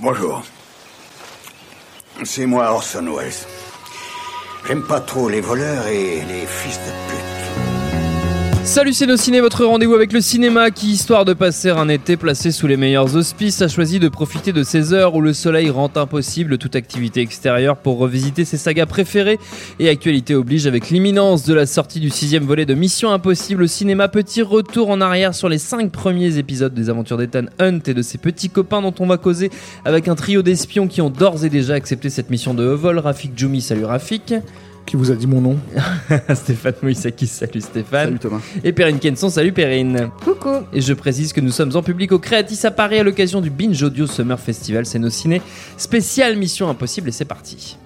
Bonjour. C'est moi Orson Welles. J'aime pas trop les voleurs et les fils de pute. Salut, c'est Nos Ciné, votre rendez-vous avec le cinéma qui, histoire de passer un été placé sous les meilleurs auspices, a choisi de profiter de ces heures où le soleil rend impossible toute activité extérieure pour revisiter ses sagas préférées. Et actualité oblige, avec l'imminence de la sortie du 6e volet de Mission Impossible au cinéma, petit retour en arrière sur les 5 premiers épisodes des aventures d'Ethan Hunt et de ses petits copains dont on va causer avec un trio d'espions qui ont d'ores et déjà accepté cette mission de vol. Rafik Djoumi, salut Rafik. Qui vous a dit mon nom? Stéphane Moïsakis, salut Stéphane. Salut Thomas. Et Perrine Kenson, salut Perrine. Coucou. Et je précise que nous sommes en public au Creatis à Paris à l'occasion du Binge Audio Summer Festival. C'est Nos Ciné spécial Mission Impossible et c'est parti.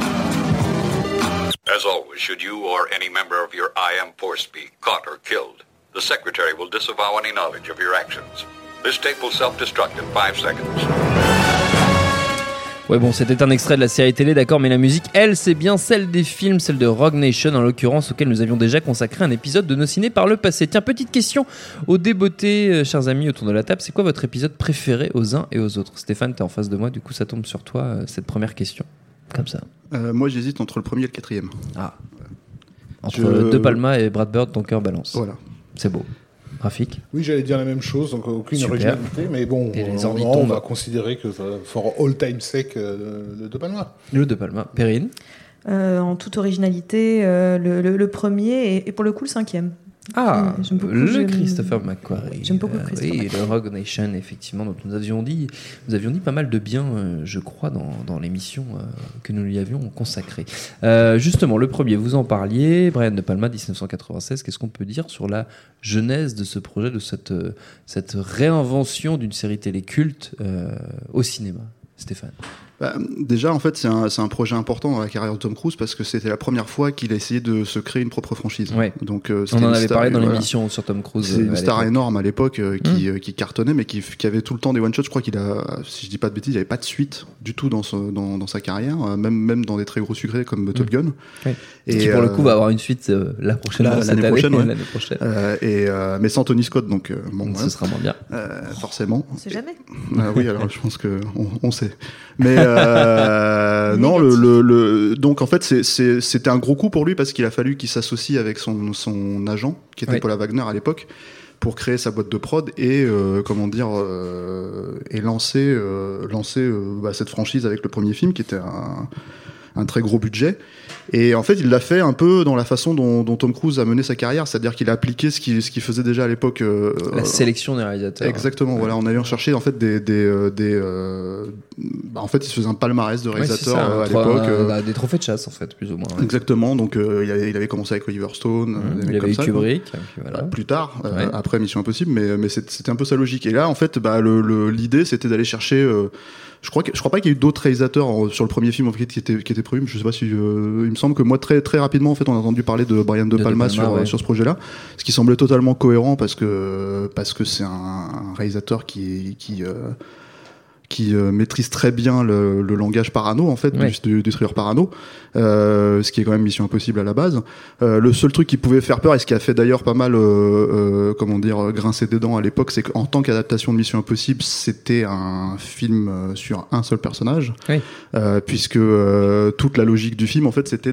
As always, should you or any member of your IM force be caught or killed, the Secretary will disavow any knowledge of your actions. This tape will self-destruct in 5 seconds. Ouais bon, c'était un extrait de la série télé, d'accord, mais la musique, elle, c'est bien celle des films, celle de Rogue Nation en l'occurrence, auquel nous avions déjà consacré un épisode de Nos Ciné par le passé. Tiens, petite question aux débeautés, chers amis autour de la table, c'est quoi votre épisode préféré aux uns et aux autres? Stéphane, t'es en face de moi, du coup ça tombe sur toi, cette première question, comme ça. Moi j'hésite entre le premier et le quatrième. Ah. Entre De Palma et Brad Bird, ton cœur balance. Voilà. C'est beau. Rafik? Oui, j'allais dire la même chose, donc aucune Super. originalité, mais bon, Et les on va considérer que for all time sake le De Palma. Le De Palma. Perrine? En toute originalité, le premier et pour le coup le 5e. Ah, j'aime beaucoup, Christopher McQuarrie. J'aime beaucoup Christopher Oui, McQuarrie. le Rogue Nation, effectivement, dont nous avions dit pas mal de bien, je crois, dans l'émission que nous lui avions consacrée. Justement, le premier, vous en parliez, Brian De Palma, 1996. Qu'est-ce qu'on peut dire sur la genèse de ce projet, de cette réinvention d'une série télé culte au cinéma, Stéphane? Déjà, en fait, c'est un projet important dans la carrière de Tom Cruise parce que c'était la première fois qu'il a essayé de se créer une propre franchise. Ouais. Donc, on en avait parlé dans l'émission sur Tom Cruise. C'est une star énorme à l'époque qui cartonnait, mais qui avait tout le temps des one-shots. Je crois qu'il a, si je dis pas de bêtises, il n'y avait pas de suite du tout dans sa carrière, même dans des très gros succès comme Top Gun. Ouais. Et qui, pour le coup, va avoir une suite l'année prochaine. L'année prochaine. Mais sans Tony Scott, donc bon, ce sera moins bien. Forcément. On sait jamais. Oui, alors je pense que on sait. Mais non, donc en fait c'était un gros coup pour lui parce qu'il a fallu qu'il s'associe avec son agent qui était Paula Wagner à l'époque pour créer sa boîte de prod et lancer cette franchise avec le premier film qui était un très gros budget. Et en fait, il l'a fait un peu dans la façon dont Tom Cruise a mené sa carrière, c'est-à-dire qu'il a appliqué ce qu'il faisait déjà à l'époque. La sélection des réalisateurs. Exactement. Voilà, on allant chercher en fait en fait, il se faisait un palmarès de réalisateurs à l'époque. Des trophées de chasse, en fait, plus ou moins. Ouais. Exactement. Donc, il avait commencé avec Oliver Stone. Il avait eu Kubrick. Voilà. Plus tard, après Mission Impossible, mais c'était un peu sa logique. Et là, en fait, l'idée, c'était d'aller chercher. Je crois pas qu'il y ait eu d'autres réalisateurs sur le premier film en fait, qui étaient prévus. Je sais pas si il me semble que moi très très rapidement en fait on a entendu parler de Brian De Palma sur ce projet-là, ce qui semblait totalement cohérent parce que c'est un réalisateur qui maîtrise très bien le langage parano en fait du thriller parano, ce qui est quand même Mission Impossible à la base. Le seul truc qui pouvait faire peur et ce qui a fait d'ailleurs pas mal grincer des dents à l'époque, c'est qu'en tant qu'adaptation de Mission Impossible, c'était un film sur un seul personnage, puisque toute la logique du film en fait c'était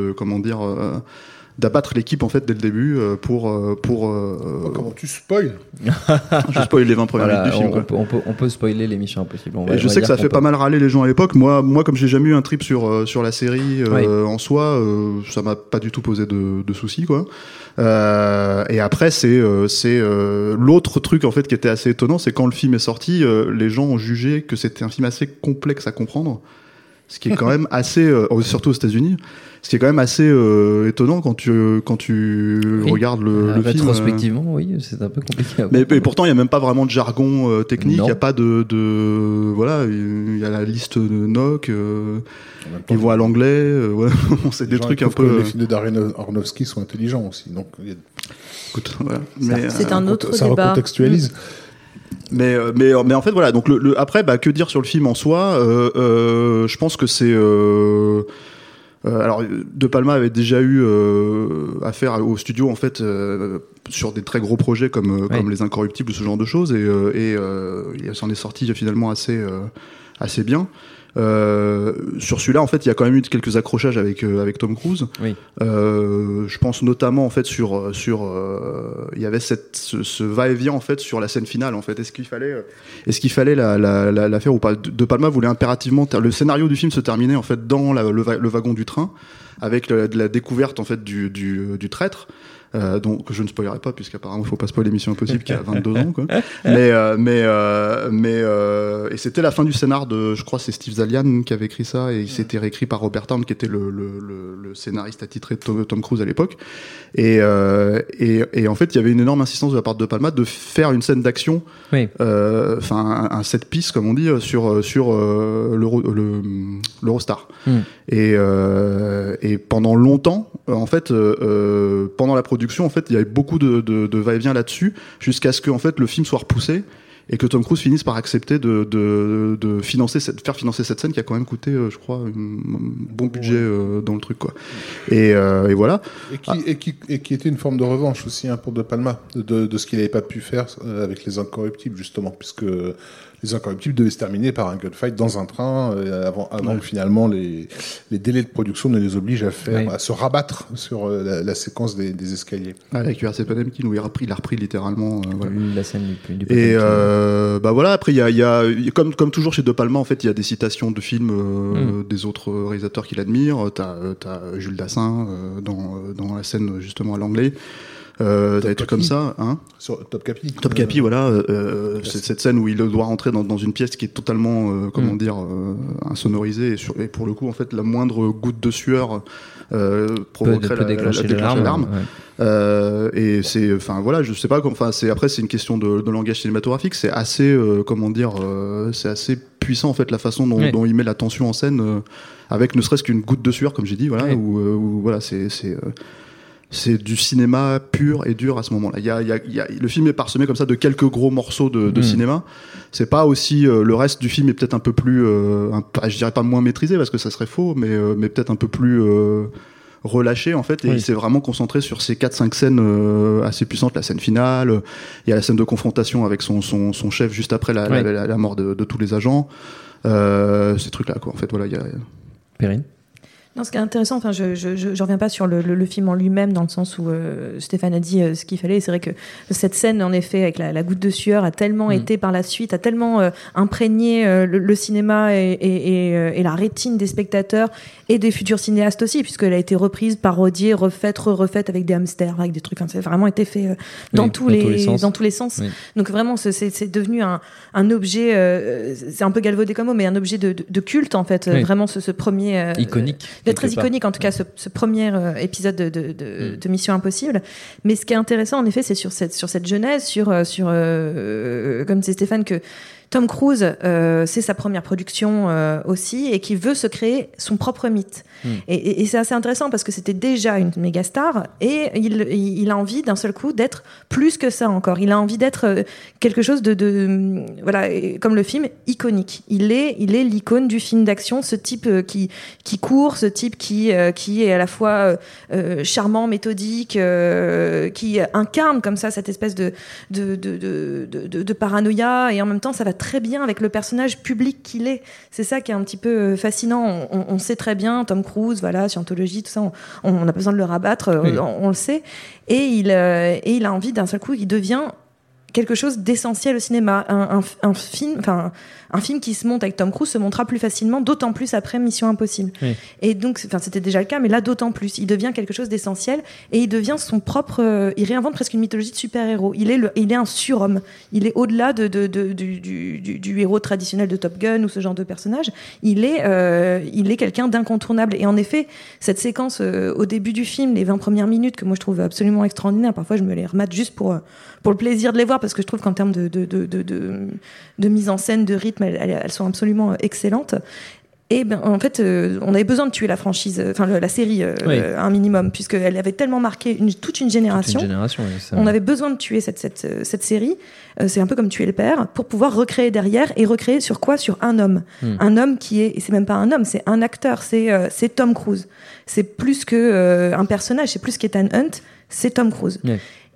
d'abattre l'équipe en fait dès le début pour Comment tu spoil? Je spoil les 20 premières minutes du film. On peut spoiler les Missions Impossibles. Et je sais que ça fait pas mal râler les gens à l'époque. Moi comme j'ai jamais eu un trip sur la série en soi, ça m'a pas du tout posé de soucis quoi. Et après c'est l'autre truc en fait qui était assez étonnant, c'est quand le film est sorti, les gens ont jugé que c'était un film assez complexe à comprendre. Ce qui est quand même assez, surtout aux États-Unis, ce qui est quand même assez étonnant quand tu regardes le film. Rétrospectivement, oui, c'est un peu compliqué. Mais pourtant, il y a même pas vraiment de jargon technique. Il y a pas voilà, il y a la liste de NOC. Ils vont à l'anglais. C'est des trucs un peu. Les films de Darren Aronofsky sont intelligents aussi, donc. Écoute, voilà. C'est un autre ça débat. recontextualise. Mais en fait voilà, donc après que dire sur le film en soi, je pense que c'est alors De Palma avait déjà eu affaire au studio en fait sur des très gros projets comme Les Incorruptibles ou ce genre de choses et il s'en est sorti finalement assez assez bien. Sur celui-là, en fait, il y a quand même eu quelques accrochages avec Tom Cruise. Oui. Je pense notamment en fait sur il y avait ce va-et-vient en fait sur la scène finale en fait. Est-ce qu'il fallait la faire ou pas? De Palma voulait impérativement le scénario du film se terminait en fait dans le wagon du train avec la découverte en fait du traître. Donc je ne spoilerai pas puisqu'apparemment il faut pas spoiler Mission Impossible qui a 22 ans quoi. Mais et c'était la fin du scénar de, je crois c'est Steve Zalian qui avait écrit ça et il s'était réécrit par Robert Towne qui était le scénariste attitré de Tom Cruise à l'époque et en fait il y avait une énorme insistance de la part de Palma de faire une scène d'action, un set piece comme on dit sur l'Eurostar. Et pendant longtemps en fait pendant la production en fait il y avait beaucoup de va-et-vient là-dessus jusqu'à ce que en fait le film soit repoussé et que Tom Cruise finisse par accepter de faire financer cette scène qui a quand même coûté je crois un bon budget dans le truc quoi. Et voilà. Et qui était une forme de revanche aussi pour De Palma de ce qu'il n'avait pas pu faire avec Les Incorruptibles justement, puisque Les Incorruptibles devaient se terminer par un gunfight dans un train avant que finalement les délais de production ne les obligent à se rabattre sur la séquence des escaliers. Avec URC Potemkin où il a repris littéralement voilà. La scène du et voilà, après il y a comme toujours chez De Palma en fait il y a des citations de films des autres réalisateurs qu'il admire. T'as Jules Dassin dans la scène justement à l'anglais. T'as des trucs comme ça, hein. Sur Top Capi. Top Capi, voilà. C'est cette scène où il doit rentrer dans une pièce qui est totalement, insonorisée et pour le coup, en fait, la moindre goutte de sueur provoquerait peut déclencher les larmes. Et c'est, enfin voilà, je sais pas, c'est une question de langage cinématographique. C'est assez, c'est assez puissant en fait la façon dont il met la tension en scène avec ne serait-ce qu'une goutte de sueur, comme j'ai dit, voilà, où voilà, c'est du cinéma pur et dur à ce moment-là. Le film est parsemé comme ça de quelques gros morceaux de cinéma. C'est pas aussi le reste du film est peut-être un peu plus, je dirais pas moins maîtrisé parce que ça serait faux, mais peut-être un peu plus relâché en fait. Et il s'est vraiment concentré sur ces 4-5 scènes assez puissantes. La scène finale, il y a la scène de confrontation avec son chef juste après la mort de tous les agents. Ces trucs-là quoi. En fait voilà. Perrine. Non, ce qui est intéressant, enfin, je reviens pas sur le film en lui-même dans le sens où Stéphane a dit ce qu'il fallait. C'est vrai que cette scène, en effet, avec la goutte de sueur, a tellement été par la suite, a tellement imprégné le cinéma et la rétine des spectateurs et des futurs cinéastes aussi, puisqu'elle a été reprise, parodiée, refaite avec des hamsters, avec des trucs. Enfin, ça a vraiment été fait dans tous les sens. Oui. Donc vraiment, c'est devenu un objet. C'est un peu galvaudé comme mot, mais un objet de culte en fait. Vraiment, ce premier iconique. Très iconique en tout cas ce premier épisode de Mission Impossible. Mais ce qui est intéressant en effet c'est sur cette genèse, sur comme disait Stéphane que Tom Cruise, c'est sa première production aussi, et qui veut se créer son propre mythe. Et c'est assez intéressant parce que c'était déjà une méga star, et il a envie d'un seul coup d'être plus que ça encore. Il a envie d'être quelque chose de voilà, comme le film, iconique. Il est l'icône du film d'action, ce type qui court, ce type qui est à la fois charmant, méthodique, qui incarne comme ça cette espèce de paranoïa, et en même temps ça va très bien avec le personnage public qu'il est. C'est ça qui est un petit peu fascinant. On sait très bien, Tom Cruise, voilà, Scientologie, tout ça, on n'a pas besoin de le rabattre, on le sait. Et il a envie d'un seul coup, il devient quelque chose d'essentiel au cinéma. Un film qui se monte avec Tom Cruise se montera plus facilement, d'autant plus après Mission Impossible. Oui. Et donc, c'était déjà le cas, mais là, d'autant plus. Il devient quelque chose d'essentiel et il devient son propre... il réinvente presque une mythologie de super-héros. Il est un surhomme. Il est au-delà du héros traditionnel de Top Gun ou ce genre de personnage. Il est quelqu'un d'incontournable. Et en effet, cette séquence au début du film, les 20 premières minutes, que moi je trouve absolument extraordinaire, parfois je me les remate juste pour le plaisir de les voir, parce que je trouve qu'en termes de mise en scène, de rythme, elles sont absolument excellentes. Et en fait, on avait besoin de tuer la franchise, la série, un minimum, puisqu'elle avait tellement marqué toute une génération. On avait besoin de tuer cette série. C'est un peu comme tuer le père, pour pouvoir recréer derrière, et recréer sur quoi ? Sur un homme. Un homme et c'est même pas un homme, c'est un acteur, c'est Tom Cruise. C'est plus qu'un personnage, c'est plus qu'Ethan Hunt, c'est Tom Cruise. Yeah.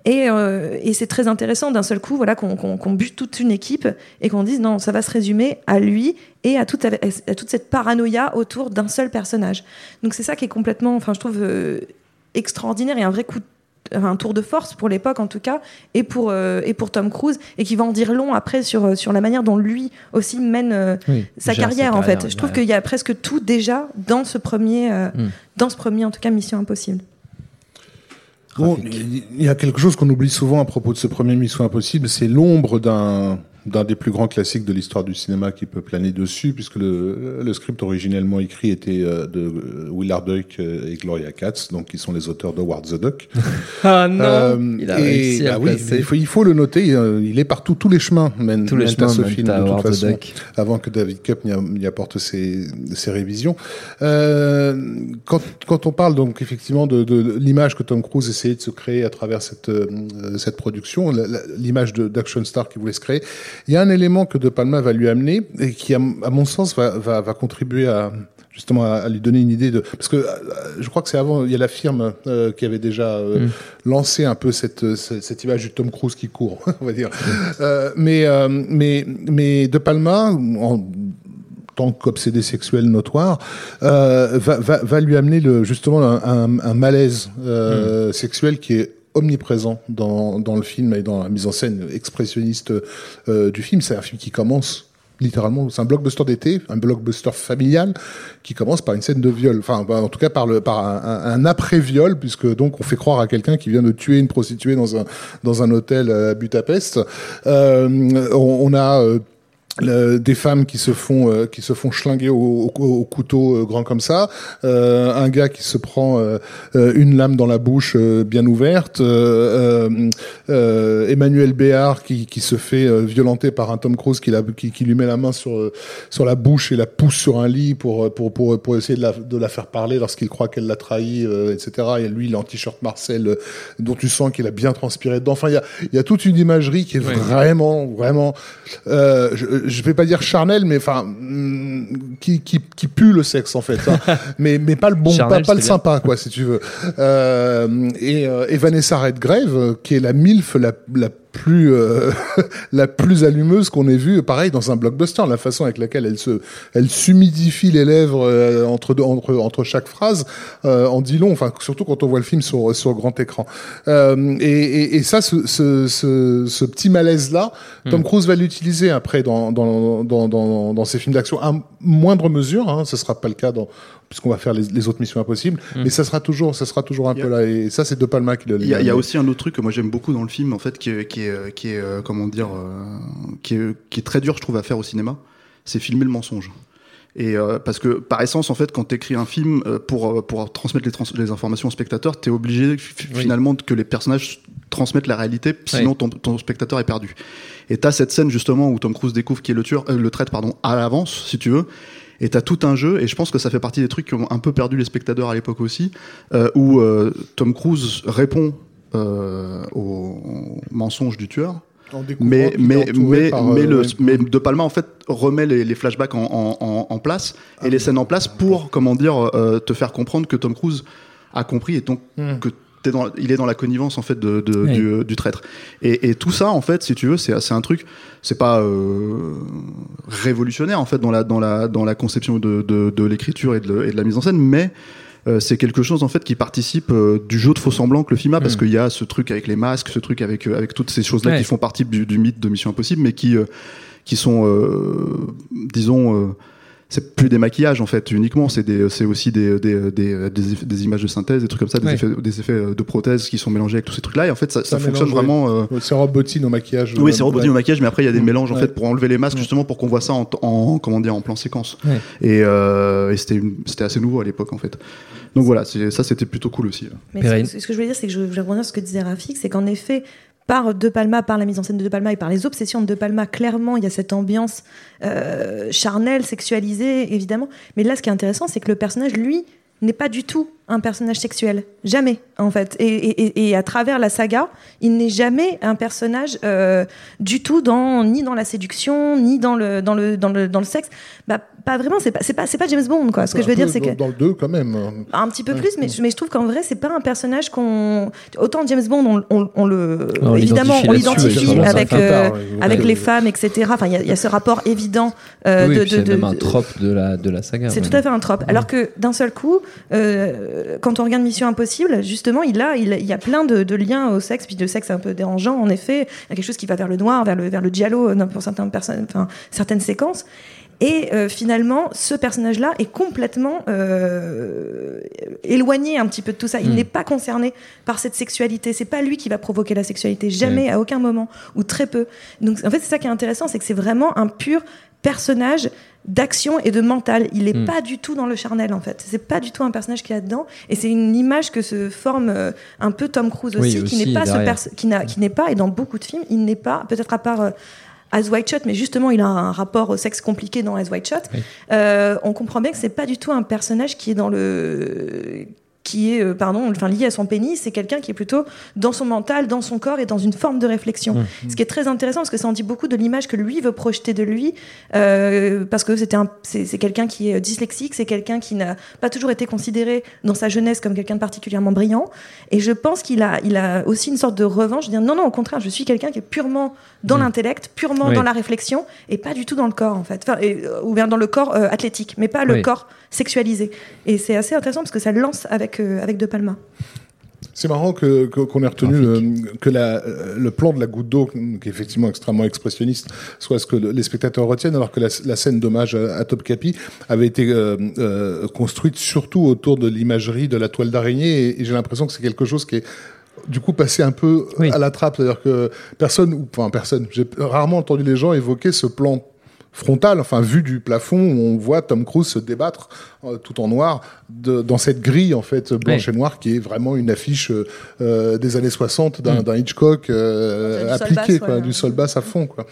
Et c'est très intéressant d'un seul coup, voilà, qu'on bute toute une équipe et qu'on dise non, ça va se résumer à lui et à toute cette paranoïa autour d'un seul personnage. Donc c'est ça qui est complètement, enfin je trouve extraordinaire et un vrai un tour de force pour l'époque en tout cas et pour Tom Cruise, et qui va en dire long après sur la manière dont lui aussi mène sa carrière en fait. Je trouve qu'il y a presque tout déjà dans ce premier en tout cas Mission Impossible. Bon, il y a quelque chose qu'on oublie souvent à propos de ce premier Mission Impossible, c'est l'ombre d'un des plus grands classiques de l'histoire du cinéma qui peut planer dessus, puisque le script originellement écrit était de Willard Huyck et Gloria Katz, donc qui sont les auteurs de Howard the Duck. Ah non, il a réussi à placer. Il faut le noter, il est partout, tous les chemins mènent à ce film de toute façon, avant que David Koepp n'y apporte ses révisions. Quand on parle donc effectivement de l'image que Tom Cruise essayait de se créer à travers cette production, l'image d'action star qu'il voulait se créer, il y a un élément que De Palma va lui amener et qui, à mon sens, va contribuer justement à lui donner une idée parce que je crois que c'est avant, il y a la firme qui avait déjà lancé un peu cette image du Tom Cruise qui court, on va dire. Mais De Palma, en tant qu'obsédé sexuel notoire, va lui amener justement un malaise sexuel qui est omniprésent dans le film et dans la mise en scène expressionniste du film. C'est un film qui commence littéralement, c'est un blockbuster d'été, un blockbuster familial qui commence par une scène de viol, enfin en tout cas par un après-viol, puisque donc on fait croire à quelqu'un qui vient de tuer une prostituée dans un hôtel à Budapest. On a des femmes qui se font schlinguer au couteau grand comme ça, un gars qui se prend une lame dans la bouche bien ouverte, Emmanuel Béard qui se fait violenter par un Tom Cruise qui lui met la main sur la bouche et la pousse sur un lit pour essayer de la faire parler lorsqu'il croit qu'elle l'a trahi, etc. Et lui il est en t-shirt Marcel dont tu sens qu'il a bien transpiré dedans. Enfin il y a toute une imagerie qui est vraiment je vais pas dire charnel, mais enfin qui pue le sexe en fait, hein. mais pas le bon, Charnel, pas le sympa quoi, si tu veux. Et Vanessa Redgrave, qui est la MILF la plus allumeuse qu'on ait vue, pareil dans un blockbuster, la façon avec laquelle elle s'humidifie les lèvres entre chaque phrase en dit long, enfin surtout quand on voit le film sur grand écran. Et ça, ce petit malaise là, Tom Cruise va l'utiliser après dans ses films d'action à moindre mesure, hein, ce sera pas le cas puisqu'on va faire les autres Missions Impossibles, mais ça sera toujours un peu là, et ça c'est De Palma qui le. Il y a aussi un autre truc que moi j'aime beaucoup dans le film en fait, qui est comment dire, qui est très dur je trouve à faire au cinéma, c'est filmer le mensonge. Et parce que par essence en fait quand t'écris un film pour transmettre les informations au spectateur, t'es obligé finalement que les personnages transmettent la réalité, sinon ton spectateur est perdu. Et t'as cette scène justement où Tom Cruise découvre qui est le traître à l'avance si tu veux. Et t'as tout un jeu, et je pense que ça fait partie des trucs qui ont un peu perdu les spectateurs à l'époque aussi, où Tom Cruise répond au mensonge du tueur, mais De Palma en fait remet les flashbacks en place et les scènes en place pour te faire comprendre que Tom Cruise a compris et donc que il est dans la connivence en fait du traître, et tout ça en fait si tu veux c'est un truc, c'est pas révolutionnaire en fait dans la conception de l'écriture et de la mise en scène, mais c'est quelque chose en fait qui participe du jeu de faux semblant que le film a, parce qu'il y a ce truc avec les masques, ce truc avec toutes ces choses là qui font partie du mythe de Mission Impossible, mais qui sont disons c'est plus des maquillages en fait uniquement, c'est aussi des images de synthèse, des trucs comme ça, des effets de prothèses qui sont mélangés avec tous ces trucs là, et en fait ça fonctionne vraiment. C'est Rob Bottin au maquillage. Oui, c'est Rob Bottin au maquillage, mais après il y a des mélanges en fait pour enlever les masques justement pour qu'on voit ça en plan séquence. Et c'était assez nouveau à l'époque en fait. Donc voilà, c'était plutôt cool aussi. Mais ce que je voulais dire, c'est que je voulais rebondir sur ce que disait Rafik, c'est qu'en effet, par De Palma, par la mise en scène de De Palma et par les obsessions de De Palma, clairement, il y a cette ambiance charnelle, sexualisée, évidemment. Mais là, ce qui est intéressant, c'est que le personnage, lui, n'est pas du tout un personnage sexuel, jamais en fait. Et à travers la saga, il n'est jamais un personnage du tout ni dans la séduction, ni dans le sexe. Bah, pas vraiment. C'est pas James Bond, quoi. Ce que je veux dire, c'est que dans le 2 quand même. Un petit peu plus, mais je trouve qu'en vrai, c'est pas un personnage autant James Bond, on l'identifie avec les femmes, etc. Enfin, il y a ce rapport évident. C'est même un trope de la saga. C'est tout à fait un trope. Alors que d'un seul coup, quand on regarde Mission Impossible, justement, il y a plein de liens au sexe, puis de sexe un peu dérangeant. En effet, il y a quelque chose qui va vers le noir, vers le giallo pour certaines séquences. Et finalement, ce personnage-là est complètement éloigné un petit peu de tout ça. Il n'est pas concerné par cette sexualité. C'est pas lui qui va provoquer la sexualité. Jamais, à aucun moment, ou très peu. Donc, en fait, c'est ça qui est intéressant, c'est que c'est vraiment un pur personnage d'action et de mental. Il n'est pas du tout dans le charnel, en fait. C'est pas du tout un personnage qui est là-dedans. Et c'est une image que se forme un peu Tom Cruise aussi, qui n'est pas qui n'est pas, et dans beaucoup de films, il n'est pas, peut-être à part Eyes Wide Shut, mais justement il a un rapport au sexe compliqué dans Eyes Wide Shut. On comprend bien que c'est pas du tout un personnage qui est lié à son pénis. C'est quelqu'un qui est plutôt dans son mental, dans son corps et dans une forme de réflexion. Ce qui est très intéressant parce que ça en dit beaucoup de l'image que lui veut projeter de lui, parce que c'est quelqu'un qui est dyslexique, c'est quelqu'un qui n'a pas toujours été considéré dans sa jeunesse comme quelqu'un de particulièrement brillant. Et je pense qu'il a aussi une sorte de revanche, de dire non, au contraire, je suis quelqu'un qui est purement dans l'intellect, purement dans la réflexion et pas du tout dans le corps, en fait. Ou bien dans le corps athlétique, mais pas le corps sexualisé. Et c'est assez intéressant parce que ça le lance avec De Palma. C'est marrant qu'on ait retenu que le plan de la goutte d'eau, qui est effectivement extrêmement expressionniste, soit ce que les spectateurs retiennent, alors que la scène d'hommage à Topkapi avait été construite surtout autour de l'imagerie de la toile d'araignée, et j'ai l'impression que c'est quelque chose qui est du coup passé un peu à la trappe, c'est-à-dire que personne, j'ai rarement entendu les gens évoquer ce plan frontal, vu du plafond, où on voit Tom Cruise se débattre tout en noir dans cette grille en fait blanche et noire qui est vraiment une affiche des années 60 d'un Hitchcock appliqué, du sol basse à fond, quoi.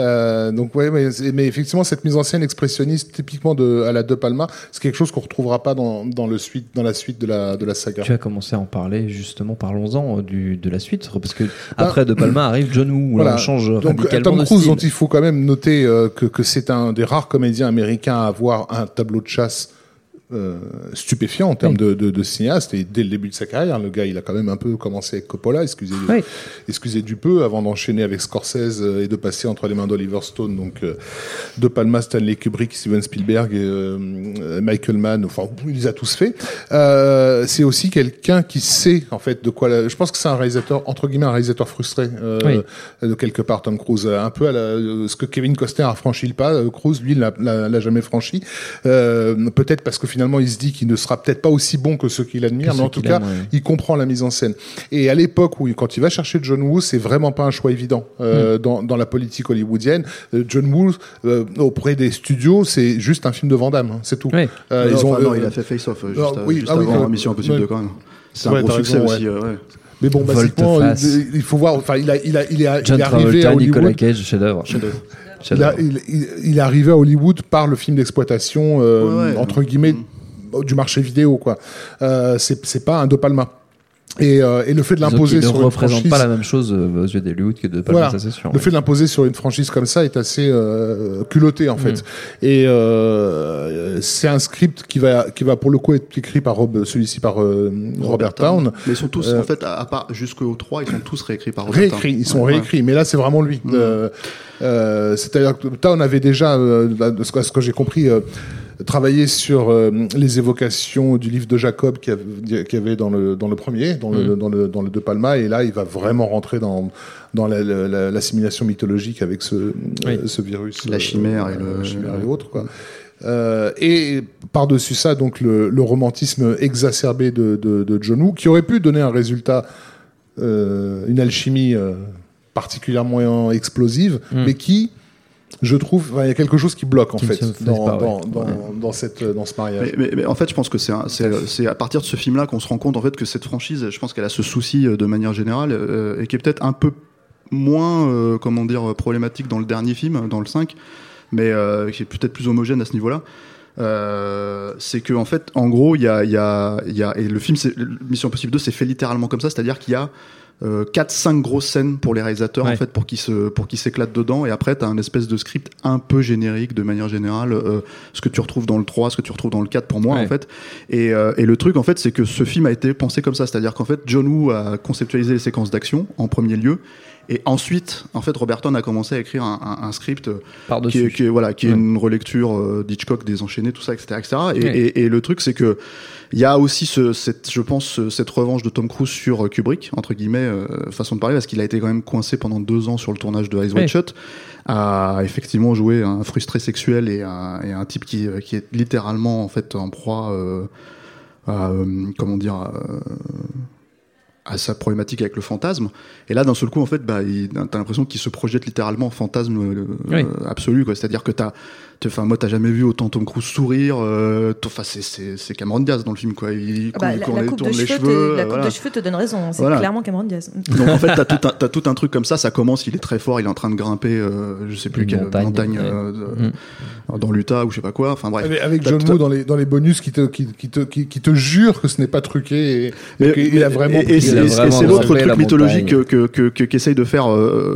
Donc mais effectivement cette mise en scène expressionniste typiquement à la De Palma, c'est quelque chose qu'on retrouvera pas dans la suite de la saga. Tu as commencé à en parler, justement, parlons-en de la suite, parce que après De Palma arrive John Woo, où on change radicalement Tom de Cruise, style. dont il faut quand même noter que c'est un des rares comédiens américains à avoir un tableau de chasse stupéfiant en termes de cinéaste, et dès le début de sa carrière, le gars il a quand même un peu commencé avec Coppola, excusez du peu, avant d'enchaîner avec Scorsese et de passer entre les mains d'Oliver Stone, donc De Palma, Stanley Kubrick, Steven Spielberg, Michael Mann, il les a tous fait. C'est aussi quelqu'un qui sait en fait de quoi je pense que c'est un réalisateur, entre guillemets un réalisateur frustré de quelque part, Tom Cruise, un peu à ce que Kevin Costner a franchi le pas, Cruise lui l'a jamais franchi, peut-être parce que finalement il se dit qu'il ne sera peut-être pas aussi bon que ceux qu'il admire, mais en tout cas il comprend la mise en scène. Et à l'époque quand il va chercher John Woo, c'est vraiment pas un choix évident dans la politique hollywoodienne. John Woo auprès des studios, c'est juste un film de Van Damme, c'est tout. Il a fait Face Off juste avant Mission Impossible 2 quand même. C'est un gros succès aussi. Mais bon, basiquement, il faut voir. Il est arrivé à Hollywood. Nicolas Cage, chef-d'œuvre. Il est arrivé à Hollywood par le film d'exploitation entre guillemets du marché vidéo, quoi. C'est pas un De Palma. Et le fait de l'imposer sur une franchise, ne représente pas la même chose aux yeux d'Hollywood que De Palma, ça c'est sûr. Le fait de l'imposer sur une franchise comme ça est assez culotté en fait. Et c'est un script qui va pour le coup être écrit par Robert Towne. Mais ils sont tous en fait, à part jusqu'au 3, ils sont tous réécrits par Robert Towne. Ils sont réécrits, mais là c'est vraiment lui. C'est-à-dire que Towne avait déjà, de ce que j'ai compris, travaillé sur les évocations du livre de Jacob qu'il y avait dans le premier, dans le De Palma, et là il va vraiment rentrer dans l'assimilation mythologique avec ce virus, la chimère et autres, quoi. Et par-dessus ça, donc le romantisme exacerbé de John Woo, qui aurait pu donner un résultat, une alchimie particulièrement explosive, mais qui, je trouve, il y a quelque chose qui bloque en fait dans ce mariage. Mais en fait, je pense que c'est à partir de ce film-là qu'on se rend compte en fait que cette franchise, je pense qu'elle a ce souci de manière générale, et qui est peut-être un peu moins problématique dans le dernier film, dans le 5, mais qui est peut-être plus homogène à ce niveau-là. c'est que en fait, en gros, il y a et le film, Mission Impossible 2, c'est fait littéralement comme ça, c'est-à-dire qu'il y a 4-5 grosses scènes pour les réalisateurs en fait pour qu'ils s'éclatent dedans, et après t'as un espèce de script un peu générique de manière générale, ce que tu retrouves dans le 3, ce que tu retrouves dans le 4 pour moi en fait, et le truc en fait c'est que ce film a été pensé comme ça, c'est-à-dire qu'en fait John Woo a conceptualisé les séquences d'action en premier lieu, et ensuite en fait Roberton a commencé à écrire un script qui est une relecture d'Hitchcock, des enchaînés, tout ça, etc. Et le truc c'est que il y a aussi cette revanche de Tom Cruise sur Kubrick, entre guillemets, façon de parler, parce qu'il a été quand même coincé pendant 2 ans sur le tournage de Eyes Wide Shut, a effectivement joué un frustré sexuel et un type qui est littéralement en fait en proie à sa problématique avec le fantasme. Et là, d'un seul coup, en fait, t'as l'impression qu'il se projette littéralement en fantasme absolu, quoi. C'est-à-dire que moi, t'as jamais vu autant Tom Cruise sourire. C'est Cameron Diaz dans le film, quoi. La coupe de cheveux te donne raison. C'est clairement Cameron Diaz. Donc en fait, t'as tout un truc comme ça. Ça commence, il est très fort, il est en train de grimper, je sais plus quelle montagne dans l'Utah ou je sais pas quoi. Enfin bref. Avec John Woo dans les bonus qui te jure que ce n'est pas truqué et il a vraiment. Et c'est l'autre truc mythologique qu'essaye de faire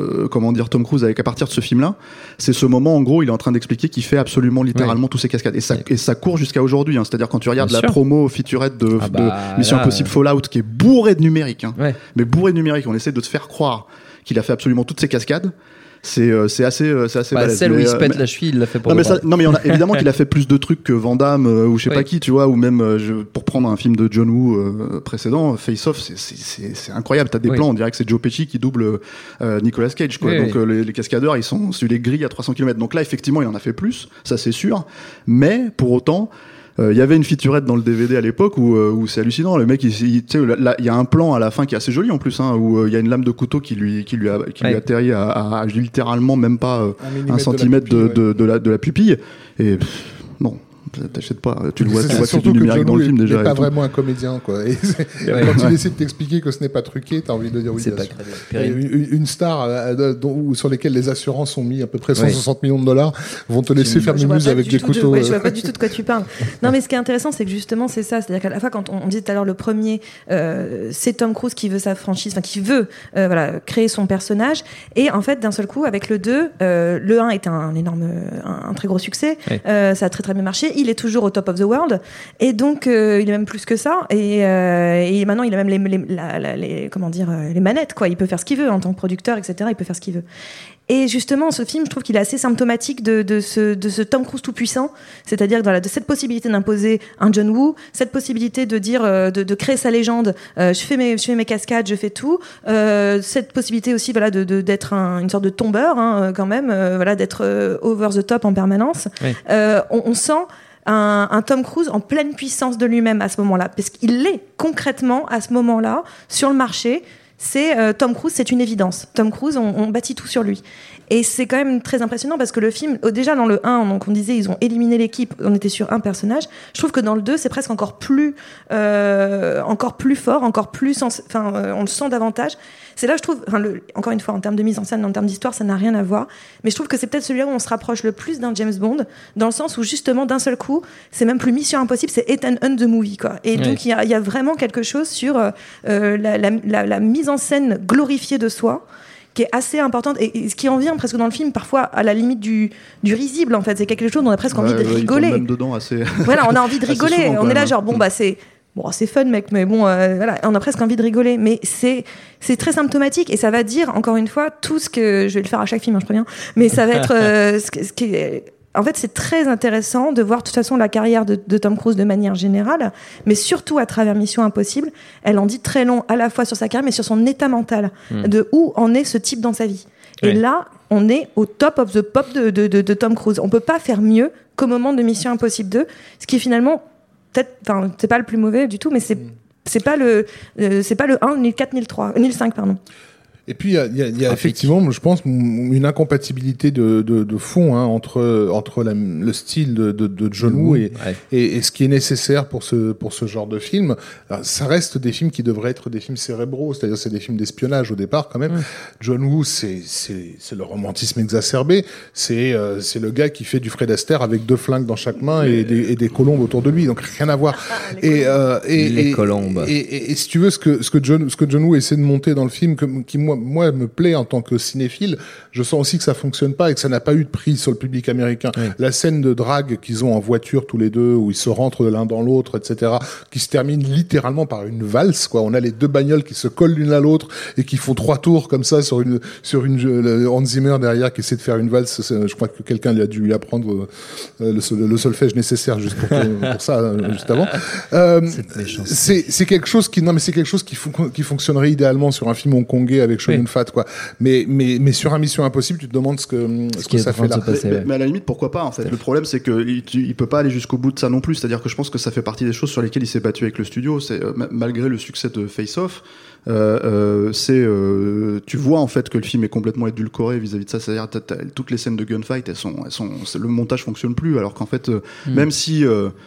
Tom Cruise à partir de ce film-là. C'est ce moment, en gros, il est en train d'expliquer qu'il fait absolument littéralement tous ces cascades, et ça court jusqu'à aujourd'hui, hein. C'est-à-dire quand tu regardes la promo featurette de Mission Impossible Fallout, qui est bourrée de numérique, hein. Mais bourrée de numérique, on essaie de te faire croire qu'il a fait absolument toutes ces cascades. C'est assez balèze. Celle où il se pète la cheville, il l'a fait pour non mais évidemment qu'il a fait plus de trucs que Van Damme ou je sais pas qui, tu vois, ou même pour prendre un film de John Woo précédent, Face Off, c'est incroyable. T'as des plans, on dirait que c'est Joe Pesci qui double Nicolas Cage, quoi. Donc les cascadeurs, ils sont sur les grilles à 300 km. Donc là, effectivement, il en a fait plus, ça c'est sûr. Mais pour autant, il y avait une featurette dans le DVD à l'époque où c'est hallucinant. Le mec, il y a un plan à la fin qui est assez joli en plus, hein, où il y a une lame de couteau qui lui atterrit à littéralement même pas 1 centimètre de la pupille. Et non. T'achètes pas, tu le vois, c'est du numérique dans le film déjà. Il n'est pas vraiment un comédien, quoi. Et quand il essaie de t'expliquer que ce n'est pas truqué, t'as envie de dire oui. C'est pas crédible. Une star sur lesquelles les assurances ont mis à peu près 160 millions de dollars vont te laisser faire mumuse avec des couteaux. Je vois pas du tout de quoi tu parles. Non, mais ce qui est intéressant, c'est que justement, c'est ça. C'est-à-dire qu'à la fois, quand on disait tout à l'heure, le premier, c'est Tom Cruise qui veut sa franchise, qui veut créer son personnage. Et en fait, d'un seul coup, avec le 2, le 1 était un très gros succès. Ça a très très bien marché. Il est toujours au top of the world, et donc il est même plus que ça, et maintenant il a même les manettes, quoi. Il peut faire ce qu'il veut en tant que producteur, etc. Il peut faire ce qu'il veut. Et justement, ce film, je trouve qu'il est assez symptomatique de ce Tom Cruise tout puissant, c'est-à-dire de cette possibilité d'imposer un John Woo, cette possibilité de dire, de créer sa légende. Je fais mes cascades, je fais tout. Cette possibilité aussi, d'être une sorte de tombeur, hein, quand même, d'être over the top en permanence. On sent un Tom Cruise en pleine puissance de lui-même à ce moment-là, parce qu'il est concrètement à ce moment-là sur le marché. C'est Tom Cruise, c'est une évidence. Tom Cruise, on bâtit tout sur lui. Et c'est quand même très impressionnant parce que le film, déjà dans le 1, donc on disait ils ont éliminé l'équipe, on était sur un personnage. Je trouve que dans le 2, c'est presque encore plus fort, encore plus, on le sent davantage. C'est là, je trouve, encore une fois, en termes de mise en scène, en termes d'histoire, ça n'a rien à voir. Mais je trouve que c'est peut-être celui-là où on se rapproche le plus d'un James Bond, dans le sens où justement, d'un seul coup, c'est même plus Mission Impossible, c'est Ethan Hunt the movie, quoi. Et donc, il y a vraiment quelque chose sur la mise en scène glorifiée de soi, qui est assez importante, et ce qui en vient presque dans le film, parfois à la limite du risible, en fait. C'est quelque chose dont on a presque envie de rigoler. Même dedans assez... Voilà, on a envie de rigoler. Souvent, on est là, genre, c'est fun, mec, mais bon, on a presque envie de rigoler. Mais c'est très symptomatique, et ça va dire, encore une fois, tout ce que... Je vais le faire à chaque film, je préviens. Mais ça va être ce qui est... En fait, c'est très intéressant de voir, de toute façon, la carrière de Tom Cruise de manière générale, mais surtout à travers Mission Impossible. Elle en dit très long, à la fois sur sa carrière, mais sur son état mental, de où en est ce type dans sa vie. Et là, on est au top of the pop de Tom Cruise. On peut pas faire mieux qu'au moment de Mission Impossible 2, ce qui est finalement... c'est pas le plus mauvais du tout, mais c'est pas le 1, ni le 4, ni le 3, ni le 5, pardon. Et puis il y a effectivement, je pense, une incompatibilité de fond entre le style de John Woo et ce qui est nécessaire pour ce genre de film. Alors, ça reste des films qui devraient être des films cérébraux, c'est-à-dire c'est des films d'espionnage au départ quand même. John Woo, c'est le romantisme exacerbé, c'est le gars qui fait du Fred Astaire avec 2 flingues dans chaque main et des colombes autour de lui, donc rien à voir. Les colombes. Et si tu veux, ce que John Woo essaie de monter dans le film, qui moi me plaît en tant que cinéphile, je sens aussi que ça fonctionne pas et que ça n'a pas eu de prise sur le public américain. Oui. La scène de drague qu'ils ont en voiture tous les deux, où ils se rentrent l'un dans l'autre, etc., qui se termine littéralement par une valse, quoi. On a les 2 bagnoles qui se collent l'une à l'autre et qui font 3 tours comme ça sur une Hans Zimmer derrière qui essaie de faire une valse. Je crois que quelqu'un a dû lui apprendre le solfège nécessaire juste pour ça, juste avant. C'est quelque chose qui fonctionnerait idéalement sur un film hongkongais avec Shoyun Fat, quoi. Mais sur un Mission Impossible, tu te demandes ce que ça fait là. Mais à la limite, pourquoi pas, en fait. Le problème, c'est que il peut pas aller jusqu'au bout de ça non plus. C'est-à-dire que je pense que ça fait partie des choses sur lesquelles il s'est battu avec le studio. C'est malgré le succès de Face Off, tu vois en fait que le film est complètement édulcoré vis-à-vis de ça. C'est-à-dire toutes les scènes de gunfight, le montage fonctionne plus, alors qu'en fait, même si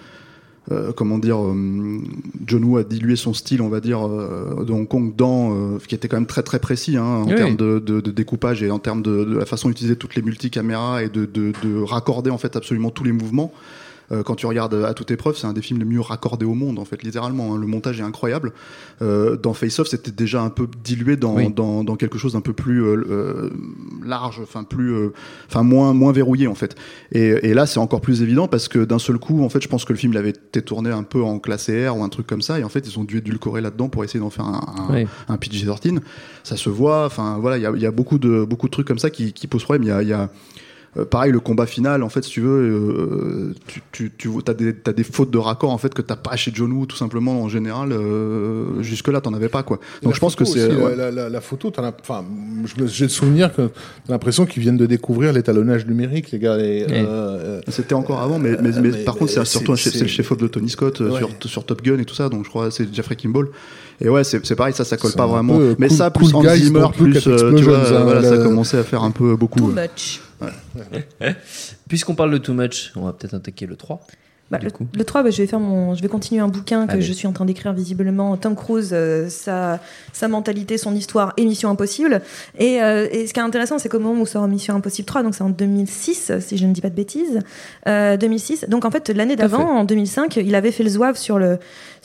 John Woo a dilué son style, on va dire, de Hong Kong qui était quand même très très précis en termes de découpage et en termes de la façon d'utiliser toutes les multicaméras et de raccorder en fait absolument tous les mouvements. Quand tu regardes À toute épreuve, c'est un des films les mieux raccordés au monde, en fait, littéralement. Le montage est incroyable. Dans Face Off, c'était déjà un peu dilué dans quelque chose d'un peu plus large, moins verrouillé, en fait. Et là, c'est encore plus évident parce que d'un seul coup, en fait, je pense que le film il avait été tourné un peu en classé R ou un truc comme ça, et en fait, ils ont dû édulcorer là-dedans pour essayer d'en faire un PG-13. Ça se voit. Enfin, voilà, il y a beaucoup de trucs comme ça qui posent problème. Il y a pareil, le combat final, en fait, si tu veux, t'as des fautes de raccord, en fait, que t'as pas chez John Woo, tout simplement, en général. Jusque-là, t'en avais pas, quoi. Donc, je pense que c'est la photo. J'ai le souvenir que t'as l'impression qu'ils viennent de découvrir l'étalonnage numérique, les gars. C'était encore avant, mais par contre, c'est surtout c'est le chef-op de Tony Scott sur Top Gun et tout ça. Donc, je crois que c'est Jeffrey Kimball. Et ouais, c'est pareil, ça colle pas vraiment. Mais ça, plus Hans Zimmer, plus tu vois, ça commençait à faire un peu beaucoup. Too much. Ouais. Puisqu'on parle de Too Much, on va peut-être attaquer le 3. Le 3, je vais continuer un bouquin que je suis en train d'écrire visiblement. Tom Cruise, sa mentalité, son histoire et Mission Impossible. Et ce qui est intéressant, c'est qu'au moment où sort Mission Impossible 3, donc c'est en 2006, si je ne dis pas de bêtises, 2006. Donc en fait, l'année d'avant, en 2005, il avait fait le zouave sur le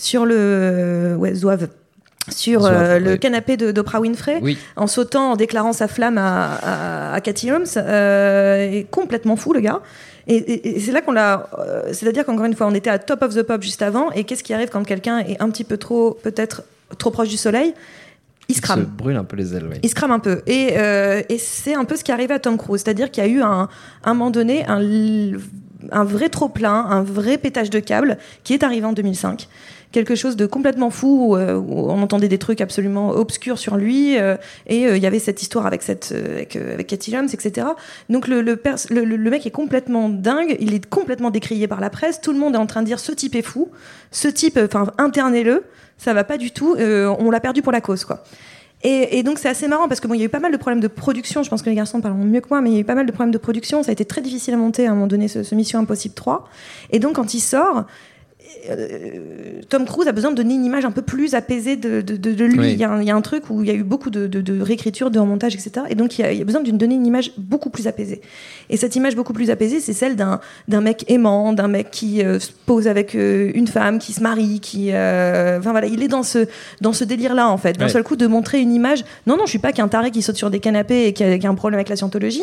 canapé d'Oprah Winfrey, en sautant, en déclarant sa flamme à Katy Holmes, est complètement fou, le gars. Et c'est là qu'on l'a... c'est-à-dire qu'encore une fois, on était à top of the pop juste avant, et qu'est-ce qui arrive quand quelqu'un est un petit peu peut-être trop proche du soleil ? Il se crame. Il se brûle un peu les ailes, oui. Il se crame un peu. Et c'est un peu ce qui est arrivé à Tom Cruise. C'est-à-dire qu'il y a eu, à un moment donné, un vrai trop-plein, un vrai pétage de câble qui est arrivé en 2005. Quelque chose de complètement fou, où on entendait des trucs absolument obscurs sur lui, et il y avait cette histoire avec Katy Holmes, etc. Donc le mec est complètement dingue, il est complètement décrié par la presse, tout le monde est en train de dire ce type est fou, ce type, internez-le, ça va pas du tout, on l'a perdu pour la cause, quoi. Et donc c'est assez marrant parce que il y a eu pas mal de problèmes de production, je pense que les garçons parleront mieux que moi, mais il y a eu pas mal de problèmes de production, ça a été très difficile à monter à un moment donné ce Mission Impossible 3, et donc quand il sort, Tom Cruise a besoin de donner une image un peu plus apaisée de lui. Oui. Il y a un truc où il y a eu beaucoup de réécriture, de remontage, etc. Et donc il y a besoin de donner une image beaucoup plus apaisée. Et cette image beaucoup plus apaisée, c'est celle d'un mec aimant, d'un mec qui se pose avec une femme, qui se marie, il est dans ce délire-là, en fait. D'un seul coup, de montrer une image. Non, je suis pas qu'un taré qui saute sur des canapés et qui a un problème avec la scientologie.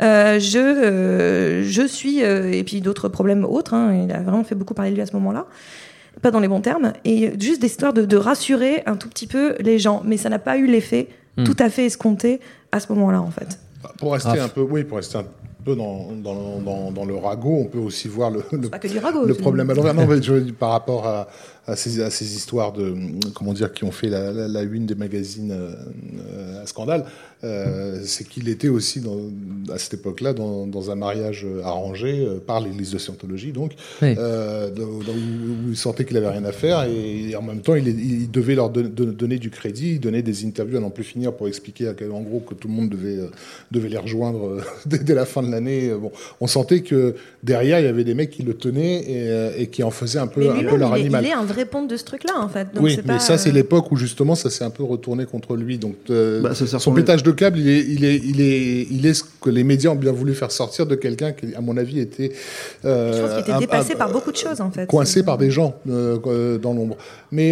Je suis et puis d'autres problèmes autres. Il a vraiment fait beaucoup parler de lui à ce moment-là. Pas dans les bons termes, et juste des histoires de rassurer un tout petit peu les gens, mais ça n'a pas eu l'effet tout à fait escompté à ce moment-là, en fait. Pour rester un peu dans le ragot, on peut aussi voir pas que du ragot, le problème à l'envers. Non, mais par rapport à ces histoires de comment dire qui ont fait la une des magazines à scandale, c'est qu'il était aussi à cette époque-là dans un mariage arrangé par l'Église de Scientologie, donc Oui. où il sentait qu'il avait rien à faire, et en même temps il devait leur donner du crédit, il donnait des interviews à n'en plus finir pour expliquer en gros que tout le monde devait les rejoindre dès la fin de l'année. Bon, on sentait que derrière il y avait des mecs qui le tenaient et qui en faisaient un peu leur animal. Il est un vrai ponte de ce truc-là, en fait. Donc oui, c'est mais pas, ça c'est l'époque où justement ça s'est un peu retourné contre lui. Donc ça son pétage de câble, il est ce que les médias ont bien voulu faire sortir de quelqu'un qui, à mon avis, était je pense qu'il était dépassé par beaucoup de choses, en fait. Coincé par des gens dans l'ombre. Mais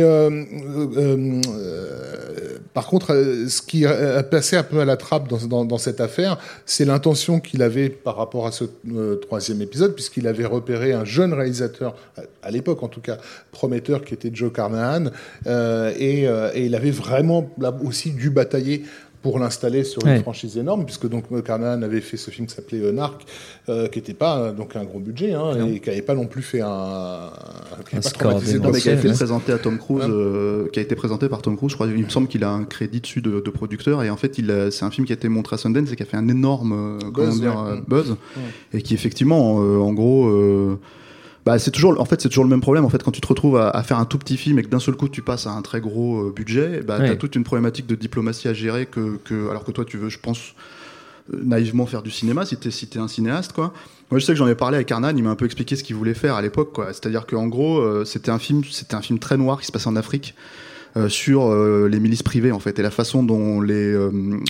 par contre, ce qui a passé un peu à la trappe dans cette affaire, c'est l'intention qu'il avait par rapport à ce troisième épisode, puisqu'il avait repéré un jeune réalisateur, à l'époque en tout cas, prometteur, qui était Joe Carnahan, et il avait vraiment là aussi dû batailler pour l'installer sur une franchise énorme, puisque donc Carnahan avait fait ce film qui s'appelait Narc, qui n'était pas donc un gros budget, et qui n'avait pas non plus fait un score mais qui a été présenté à Tom Cruise, qui a été présenté par Tom Cruise. Je crois, il me semble qu'il a un crédit dessus de producteur, et en fait c'est un film qui a été montré à Sundance et qui a fait un énorme buzz, et qui effectivement en gros c'est toujours le même problème en fait, quand tu te retrouves à faire un tout petit film et que d'un seul coup tu passes à un très gros budget, t'as toute une problématique de diplomatie à gérer alors que toi tu veux, je pense, naïvement faire du cinéma si t'es un cinéaste, quoi. Moi je sais que j'en ai parlé avec Carnahan, il m'a un peu expliqué ce qu'il voulait faire à l'époque, quoi. C'est-à-dire qu'en gros c'était un film très noir qui se passait en Afrique, sur les milices privées en fait, et la façon dont les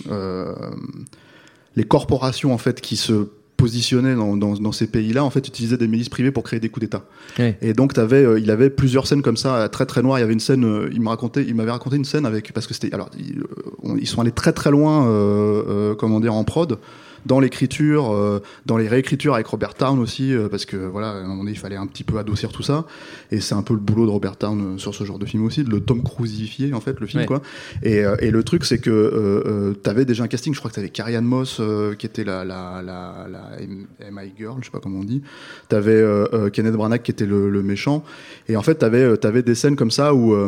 corporations en fait qui se positionné dans ces pays-là, en fait, utilisaient des milices privées pour créer des coups d'État. Et donc, il avait plusieurs scènes comme ça, très très noires. Il y avait une scène, il m'avait raconté une scène parce que c'était, alors, ils sont allés très très loin, en prod, dans l'écriture, dans les réécritures avec Robert Towne aussi, parce que voilà, à un moment donné, il fallait un petit peu adoucir tout ça, et c'est un peu le boulot de Robert Towne sur ce genre de film aussi, de le Tom Cruisifier en fait le film, quoi. Et le truc c'est que t'avais déjà un casting, je crois que t'avais Carrie-Anne Moss qui était la MI Girl, je sais pas comment on dit, t'avais Kenneth Branagh qui était le méchant, et en fait t'avais des scènes comme ça où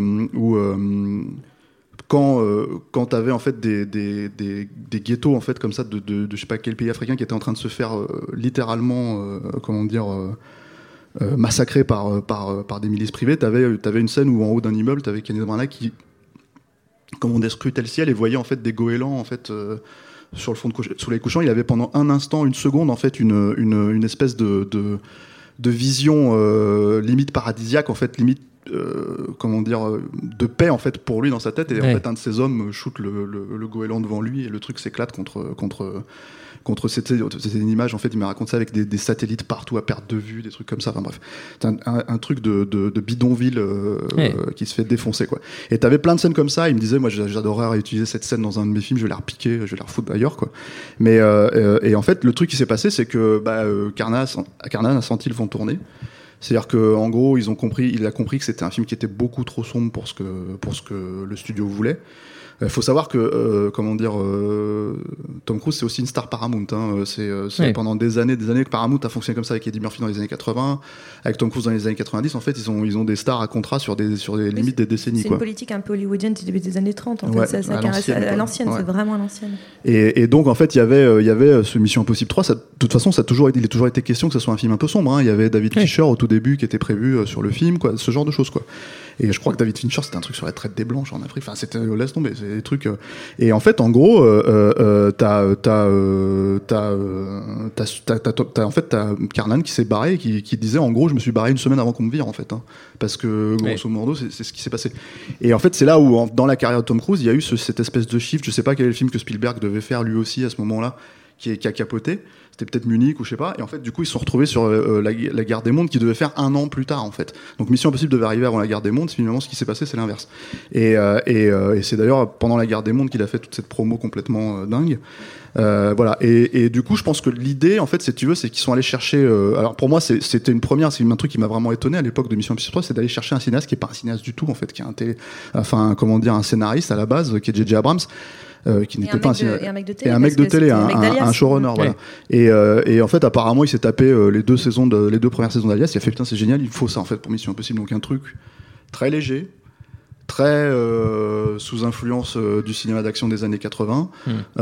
quand t'avais en fait des ghettos en fait comme ça de je sais pas quel pays africain qui était en train de se faire littéralement massacrés par des milices privées, t'avais une scène où en haut d'un immeuble t'avais Kenneth Branagh qui scrutait le ciel et voyait en fait des goélands en fait sur le fond de soleil couchant. Il avait pendant un instant, une seconde en fait une espèce de vision limite paradisiaque en fait, limite de paix en fait pour lui dans sa tête, et en fait un de ses hommes shoot le goéland devant lui et le truc s'éclate contre c'était une image en fait, il m'a raconté ça avec des satellites partout à perte de vue, des trucs comme ça, enfin bref, c'est un truc de bidonville qui se fait défoncer, quoi. Et t'avais plein de scènes comme ça, il me disait moi j'adorerais réutiliser cette scène dans un de mes films, je vais la repiquer, je vais la refoutre ailleurs, quoi. Mais et en fait le truc qui s'est passé c'est que Carnahan a senti le vent tourner. C'est-à-dire que en gros, il a compris que c'était un film qui était beaucoup trop sombre pour ce que le studio voulait. Faut savoir que Tom Cruise c'est aussi une star Paramount, hein. C'est pendant des années que Paramount a fonctionné comme ça, avec Eddie Murphy dans les années 80, avec Tom Cruise dans les années 90. En fait, ils ont des stars à contrat sur des limites des décennies. C'est une politique un peu hollywoodienne du début des années 30. En fait, à l'ancienne, c'est vraiment à l'ancienne. Et donc en fait, il y avait ce Mission Impossible 3. De toute façon, il a toujours été question que ce soit un film un peu sombre, hein. Il y avait David Fincher au tout début qui était prévu sur le film, quoi, ce genre de choses, quoi. Et je crois que David Fincher c'était un truc sur la traite des blanches en Afrique. Enfin, c'était laisse tomber, c'est des trucs. Et en fait, en gros, t'as Carnahan qui s'est barré, qui disait en gros, je me suis barré une semaine avant qu'on me vire, en fait, hein, parce que grosso modo, c'est ce qui s'est passé. Et en fait, c'est là où dans la carrière de Tom Cruise, il y a eu cette espèce de shift. Je sais pas quel est le film que Spielberg devait faire lui aussi à ce moment-là, qui a capoté. C'était peut-être Munich ou je sais pas, et en fait du coup ils se sont retrouvés sur la guerre des mondes qui devait faire 1 an plus tard, en fait. Donc Mission Impossible devait arriver avant la guerre des mondes, finalement ce qui s'est passé c'est l'inverse. Et c'est d'ailleurs pendant la guerre des mondes qu'il a fait toute cette promo complètement dingue. Voilà, et du coup je pense que l'idée en fait, si tu veux, c'est qu'ils sont allés chercher alors pour moi c'était une première, c'est un truc qui m'a vraiment étonné à l'époque de Mission Impossible 3, c'est d'aller chercher un cinéaste qui est pas un cinéaste du tout, en fait, qui est un scénariste à la base, qui est J.J. Abrams, qui n'était pas un mec de télé, un showrunner, voilà. Et en fait apparemment il s'est tapé les deux premières saisons d'Alias, il a fait putain c'est génial, il faut ça en fait pour Mission Impossible, donc un truc très léger, très sous influence du cinéma d'action des années 80,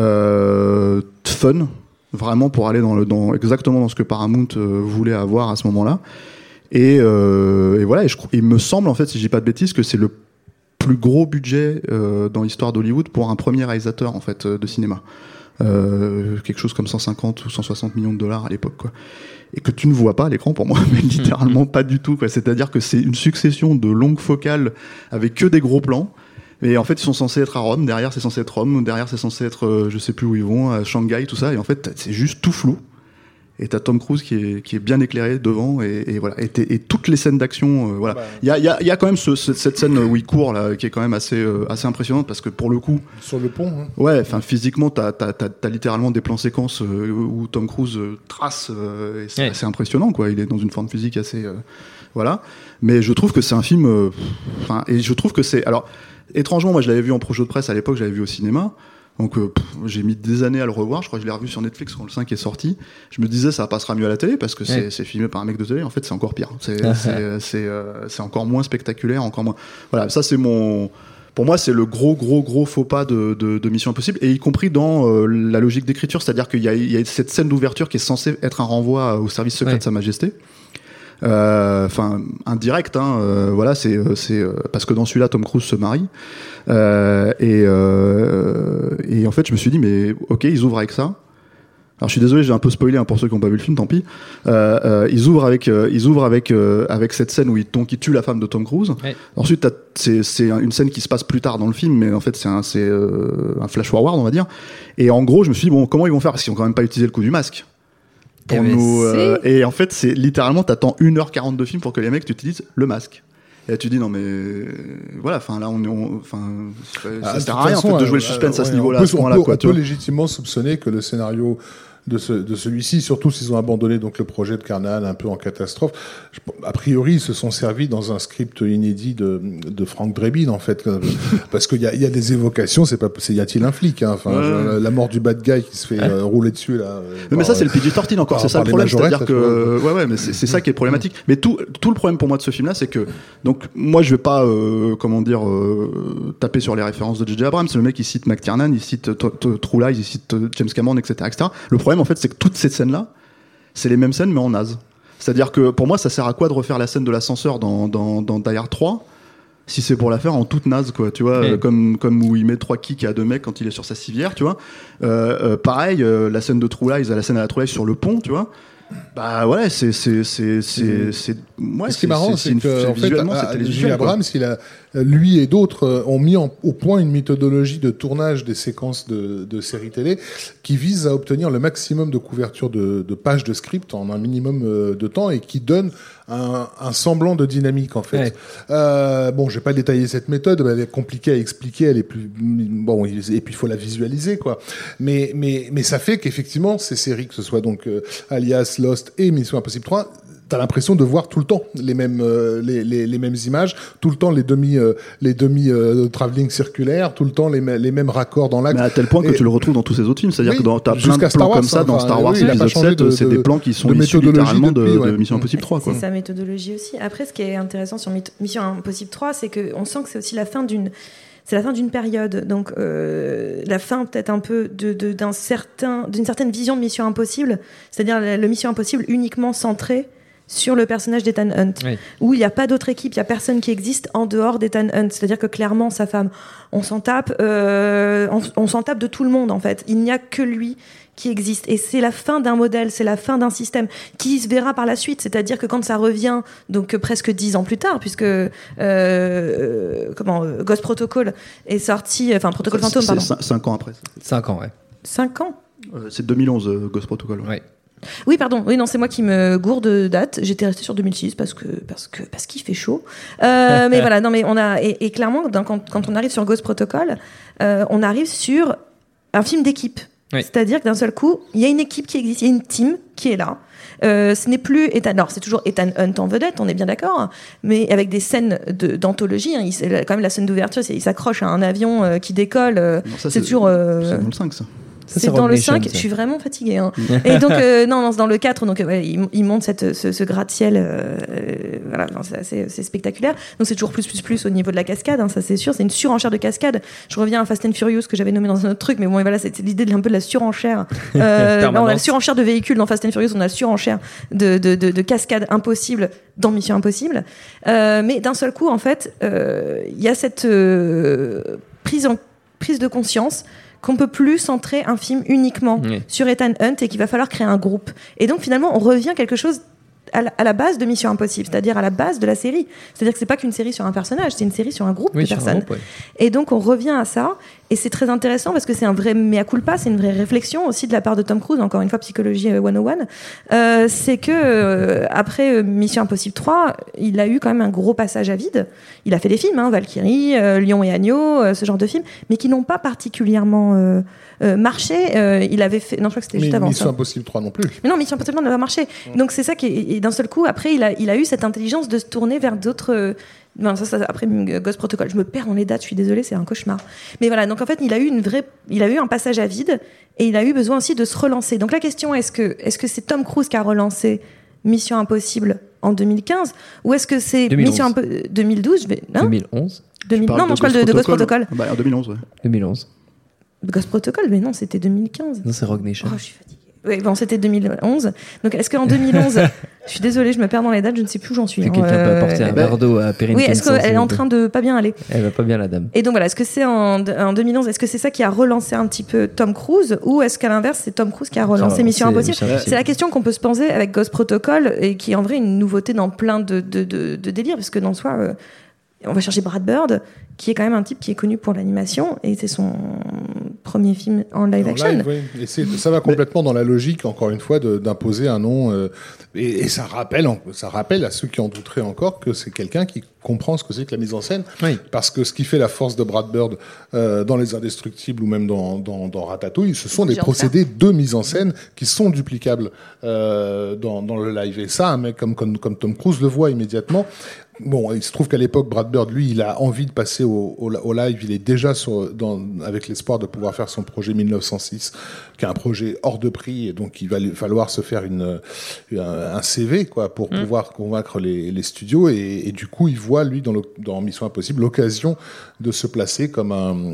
fun, vraiment pour aller exactement dans ce que Paramount voulait avoir à ce moment-là. Et voilà, il me semble, en fait, si je dis pas de bêtises, que c'est le plus gros budget dans l'histoire d'Hollywood pour un premier réalisateur, en fait, de cinéma. Quelque chose comme 150 ou 160 millions de dollars à l'époque, quoi. Et que tu ne vois pas à l'écran, pour moi, mais littéralement pas du tout, quoi. C'est-à-dire que c'est une succession de longues focales avec que des gros plans. Et en fait, ils sont censés être à Rome, derrière c'est censé être Rome, derrière c'est censé être, je sais plus où ils vont, à Shanghai, tout ça. Et en fait, c'est juste tout flou. Et t'as Tom Cruise qui est bien éclairé devant, et voilà. Et toutes les scènes d'action, voilà. Il y a quand même cette scène où il court là, qui est quand même assez impressionnante, parce que pour le coup, sur le pont. Hein. Ouais, enfin physiquement, t'as littéralement des plans séquences où Tom Cruise trace, et c'est assez impressionnant, quoi. Il est dans une forme physique assez, voilà. Mais je trouve que c'est un film, et je trouve que c'est, alors étrangement, moi je l'avais vu en projo de presse à l'époque, je l'avais vu au cinéma. Donc j'ai mis des années à le revoir, je crois que je l'ai revu sur Netflix quand le 5 est sorti. Je me disais ça passera mieux à la télé parce que c'est filmé par un mec de télé, en fait c'est encore pire. C'est encore moins spectaculaire, encore moins. Voilà, ça c'est pour moi c'est le gros faux pas de Mission Impossible, et y compris dans la logique d'écriture, c'est-à-dire qu'il y a cette scène d'ouverture qui est censée être un renvoi au service secret de Sa Majesté. Enfin indirect, hein, voilà, c'est parce que dans celui-là Tom Cruise se marie, et en fait je me suis dit mais ok, ils ouvrent avec ça. Alors je suis désolé, j'ai un peu spoilé, hein, pour ceux qui n'ont pas vu le film, tant pis. Ils ouvrent avec cette scène où qui tue la femme de Tom Cruise. Ouais. Ensuite c'est une scène qui se passe plus tard dans le film, mais en fait c'est un flash forward, on va dire. Et en gros je me suis dit bon, comment ils vont faire, parce qu'ils ont quand même pas utilisé le coup du masque. Et en fait c'est littéralement t'attends 1h40 de film pour que les mecs utilisent le masque. Et là tu dis non mais voilà, enfin là ça sert à rien en fait de jouer le suspense à ce niveau-là, à ce point-là, quoi. On peut légitimement soupçonner que le scénario de celui-ci, surtout s'ils ont abandonné donc le projet de Carnahan un peu en catastrophe. A priori, ils se sont servis dans un script inédit de Frank Drebin, en fait, parce qu'il y a des évocations. Y a-t-il un flic, hein, enfin, la mort du bad guy qui se fait rouler dessus là. Mais ça c'est le PG-13 encore, c'est ça le problème, c'est-à-dire que mais c'est ça qui est problématique. Mais tout le problème pour moi de ce film-là, c'est que donc moi je vais pas taper sur les références de J.J. Abrams. Le mec il cite McTiernan, il cite True Lies, il cite James Cameron, etc. Le problème en fait c'est que toutes ces scènes là c'est les mêmes scènes mais en naze. C'est-à-dire que pour moi ça sert à quoi de refaire la scène de l'ascenseur dans Die Hard 3 si c'est pour la faire en toute naze, quoi, tu vois, comme où il met 3 kicks à 2 mecs quand il est sur sa civière, tu vois. Pareil, la scène de True Lies, la scène à la True Lies sur le pont, tu vois. Bah ouais, c'est ce qui est marrant, c'est que en fait, J.J. Abrams, lui et d'autres ont mis au point une méthodologie de tournage des séquences de séries télé qui vise à obtenir le maximum de couverture de pages de script en un minimum de temps, et qui donne un semblant de dynamique, en fait. Bon, je vais pas détailler cette méthode, elle est compliquée à expliquer, elle est plus bon, et puis il faut la visualiser, quoi. Mais ça fait qu'effectivement ces séries, que ce soit donc Alias, Lost et Mission Impossible 3, t'as l'impression de voir tout le temps les mêmes images, tout le temps les demi travelling circulaires, tout le temps les mêmes raccords dans l'axe. Mais à tel point que tu le retrouves dans tous ces autres films, c'est-à-dire que t'as plein de plans comme ça dans Star Wars épisode 7, c'est des plans qui sont issus littéralement de Mission Impossible 3, quoi. C'est sa méthodologie aussi. Après, ce qui est intéressant sur Mission Impossible 3, c'est qu'on sent que c'est aussi la fin d'une période, donc la fin peut-être un peu d'une certaine vision de Mission Impossible, c'est-à-dire le Mission Impossible uniquement centré sur le personnage d'Ethan Hunt, où il n'y a pas d'autre équipe, il n'y a personne qui existe en dehors d'Ethan Hunt, c'est-à-dire que clairement sa femme, on s'en tape de tout le monde, en fait, il n'y a que lui qui existe, et c'est la fin d'un modèle, c'est la fin d'un système qui se verra par la suite, c'est-à-dire que quand ça revient, donc presque 10 ans plus tard, puisque Ghost Protocol est sorti, enfin Protocol Phantom, pardon. 5 ans après. 5 ans, ouais. 5 ans c'est 2011, Ghost Protocol. Ouais. Oui, pardon. Oui, non, c'est moi qui me gourde de date. J'étais restée sur 2006 parce qu'il fait chaud. Mais voilà, non, mais et clairement, quand on arrive sur Ghost Protocol, on arrive sur un film d'équipe. Oui. C'est-à-dire que d'un seul coup, il y a une équipe qui existe, il y a une team qui est là. Ce n'est plus alors c'est toujours Ethan Hunt en vedette, on est bien d'accord, mais avec des scènes d'anthologie, hein, quand même la scène d'ouverture, il s'accroche à un avion qui décolle. Non, ça, c'est toujours. C'est dans le 5, ça. Ça, c'est dans Rogue le Nation, 5. ça. Je suis vraiment fatiguée. Hein. Et donc, non, c'est dans le 4. Donc, il monte ce gratte-ciel. Voilà, c'est spectaculaire. Donc, c'est toujours plus au niveau de la cascade. Hein, ça, c'est sûr. C'est une surenchère de cascade. Je reviens à Fast and Furious que j'avais nommé dans un autre truc. Mais bon, voilà, c'est l'idée un peu de la surenchère. Là, on a la surenchère de véhicules dans Fast and Furious. On a la surenchère de cascades impossibles dans Mission Impossible. Mais d'un seul coup, en fait, il y a cette prise de conscience qu'on peut plus centrer un film uniquement sur Ethan Hunt et qu'il va falloir créer un groupe. Et donc finalement, on revient à quelque chose à la base de Mission Impossible, c'est-à-dire à la base de la série. C'est-à-dire que c'est pas qu'une série sur un personnage, c'est une série sur un groupe de personnes. Et donc on revient à ça, et c'est très intéressant parce que c'est un vrai mea culpa, c'est une vraie réflexion aussi de la part de Tom Cruise, encore une fois psychologie 101. C'est que après Mission Impossible 3, il a eu quand même un gros passage à vide. Il a fait des films, Valkyrie, Lion et Agneau, ce genre de films, mais qui n'ont pas particulièrement marché. Il avait fait, non, je crois que c'était juste avant. Mission Impossible 3 non plus. Mais non, Mission Impossible 3 n'a pas marché. Donc c'est ça et d'un seul coup, après, il a eu cette intelligence de se tourner vers d'autres. Après Ghost Protocol, je me perds dans les dates, je suis désolée, c'est un cauchemar. Mais voilà, donc en fait, il a eu un passage à vide et il a eu besoin aussi de se relancer. Donc la question est-ce que c'est Tom Cruise qui a relancé Mission Impossible en 2015 ou est-ce que c'est 2012 2011 Non, je parle de Ghost Protocol. En 2011, ouais. 2011. Ghost Protocol, mais non, c'était 2015. Non, c'est Rogue Nation. Oh, je suis fatiguée. Oui, bon, c'était 2011. Donc, est-ce qu'en 2011, je suis désolée, je me perds dans les dates, je ne sais plus où j'en suis. Que quelqu'un peut apporter un verre d'eau à Perrine. Oui, est-ce qu'elle est en train de pas bien aller? Elle va pas bien, la dame. Et donc voilà, est-ce que c'est en 2011, est-ce que c'est ça qui a relancé un petit peu Tom Cruise, ou est-ce qu'à l'inverse, c'est Tom Cruise qui a relancé Mission Impossible? C'est la question qu'on peut se poser avec Ghost Protocol et qui est en vrai une nouveauté dans plein de délires, parce que dans soi, on va chercher Brad Bird, qui est quand même un type qui est connu pour l'animation, et c'est son premier film en live action. Et ça va complètement dans la logique, encore une fois, d'imposer un nom. Et ça rappelle à ceux qui en douteraient encore que c'est quelqu'un qui comprend ce que c'est que la mise en scène. Oui. Parce que ce qui fait la force de Brad Bird dans Les Indestructibles ou même dans Ratatouille, ce sont des procédés de mise en scène qui sont duplicables dans le live. Et ça, un mec comme Tom Cruise le voit immédiatement. Bon, il se trouve qu'à l'époque, Brad Bird, lui, il a envie de passer au live. Il est déjà avec l'espoir de pouvoir faire son projet 1906, qui est un projet hors de prix, et donc il va lui falloir se faire un CV, quoi, pour pouvoir convaincre les studios. Et du coup, il voit, lui, dans Mission Impossible, l'occasion de se placer comme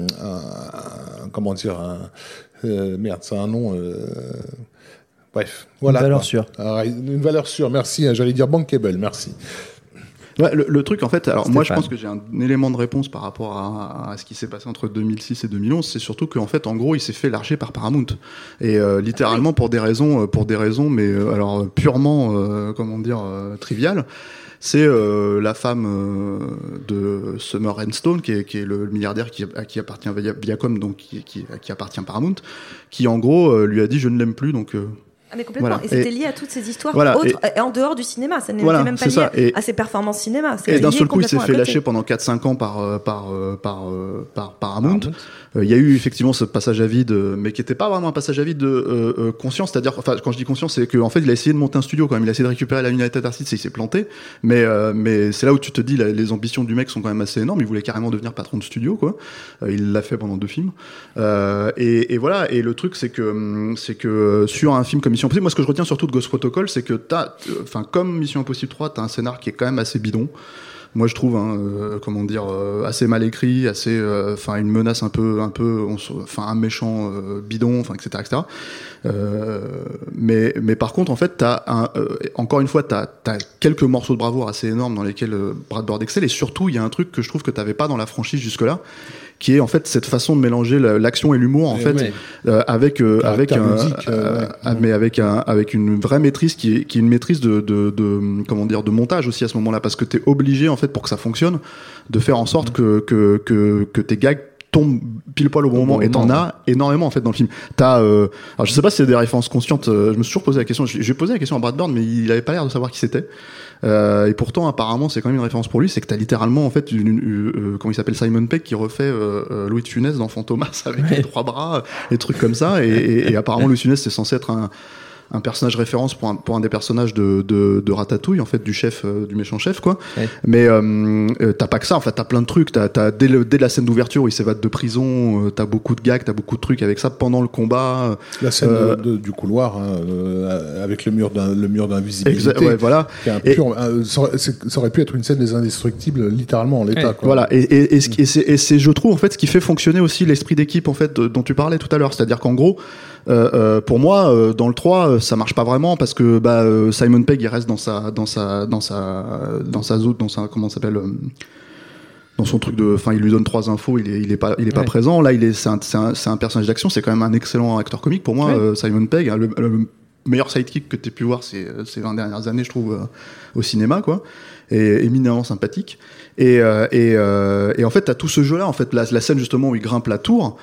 merde, c'est un nom. Bref, voilà. Une valeur sûre. Une valeur sûre. Merci. J'allais dire bankable. Merci. Ouais, le truc en fait, alors moi je pense que j'ai un élément de réponse par rapport à ce qui s'est passé entre 2006 et 2011, c'est surtout qu'en fait en gros il s'est fait larguer par Paramount et littéralement pour des raisons mais alors purement triviales. C'est la femme de Summer Redstone qui est le milliardaire à qui appartient Viacom, donc qui appartient Paramount, qui en gros lui a dit je ne l'aime plus donc mais complètement. Voilà. Et c'était lié à toutes ces histoires autres, et en dehors du cinéma. Ça n'était même pas lié à ses performances cinéma. Et d'un seul coup, il s'est fait lâcher pendant 4-5 ans par Paramount. Il y a eu effectivement ce passage à vide, mais qui n'était pas vraiment un passage à vide conscient. C'est-à-dire, enfin, quand je dis conscient, c'est qu'en fait, il a essayé de monter un studio quand même. Il a essayé de récupérer la United Artists et il s'est planté. Mais c'est là où tu te dis, les ambitions du mec sont quand même assez énormes. Il voulait carrément devenir patron de studio, quoi. Il l'a fait pendant 2 films. Et voilà. Et le truc, c'est que sur un film comme Mission Impossible, moi, ce que je retiens surtout de Ghost Protocol, c'est que comme Mission Impossible 3, t'as un scénar qui est quand même assez bidon. Moi, je trouve, assez mal écrit, une menace un méchant bidon, etc. Mais par contre, en fait, encore une fois, t'as quelques morceaux de bravoure assez énormes dans lesquels Brad Bird excelle, et surtout, il y a un truc que je trouve que t'avais pas dans la franchise jusque-là, qui est en fait cette façon de mélanger l'action et l'humour en fait avec une vraie maîtrise qui est une maîtrise de montage aussi à ce moment-là, parce que t'es obligé en fait pour que ça fonctionne de faire en sorte que tes gags tombent pile poil au bon moment, et t'en as énormément en fait dans le film. Alors je sais pas si c'est des références conscientes, je me suis toujours posé la question, j'ai posé la question à Brad Bird, mais il avait pas l'air de savoir qui c'était. Et pourtant apparemment c'est quand même une référence pour lui, c'est que t'as littéralement en fait comment il s'appelle, Simon Pegg, qui refait Louis de Funès dans Fantomas avec les 3 bras, des trucs comme ça, et apparemment Louis de Funès c'est censé être un personnage référence pour un des personnages de Ratatouille, en fait, du chef, du méchant chef, quoi. Ouais. Mais t'as pas que ça, en fait, t'as plein de trucs. Dès la scène d'ouverture où il s'évade de prison, t'as beaucoup de gags, t'as beaucoup de trucs avec ça pendant le combat. La scène du couloir, avec le mur d'invisibilité. Ouais, voilà. Ça aurait pu être une scène des Indestructibles, littéralement en l'état. Ouais. Quoi. Voilà. Et c'est, je trouve, en fait, ce qui fait fonctionner aussi l'esprit d'équipe, en fait, dont tu parlais tout à l'heure. C'est-à-dire qu'en gros, pour moi, dans le 3, ça marche pas vraiment parce que Simon Pegg il reste dans sa zone, comment ça s'appelle, dans son truc de, enfin, il lui donne 3 infos, il est pas présent. Là, c'est un personnage d'action, c'est quand même un excellent acteur comique pour moi, Simon Pegg, le meilleur sidekick que t'aies pu voir ces 20 dernières années, je trouve, au cinéma, quoi, et éminemment sympathique. Et en fait, t'as tout ce jeu-là, en fait, la scène justement où il grimpe la tour.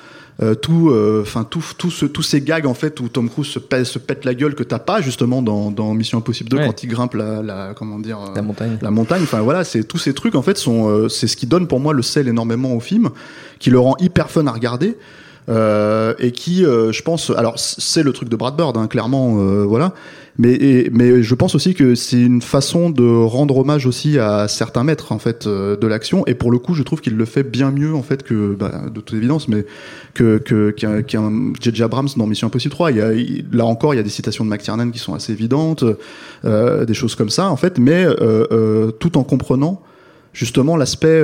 Tous ces gags en fait où Tom Cruise se pète la gueule que t'as pas justement dans Mission Impossible 2 quand il grimpe la montagne. Enfin voilà, c'est tous ces trucs en fait c'est ce qui donne pour moi le sel énormément au film, qui le rend hyper fun à regarder. Et qui, je pense, alors c'est le truc de Brad Bird, hein, clairement, voilà. Mais je pense aussi que c'est une façon de rendre hommage aussi à certains maîtres en fait de l'action. Et pour le coup, je trouve qu'il le fait bien mieux en fait que, de toute évidence, mais qu'un J.J. Abrams dans Mission Impossible 3. Là encore, il y a des citations de McTiernan qui sont assez évidentes, des choses comme ça en fait, mais tout en comprenant justement l'aspect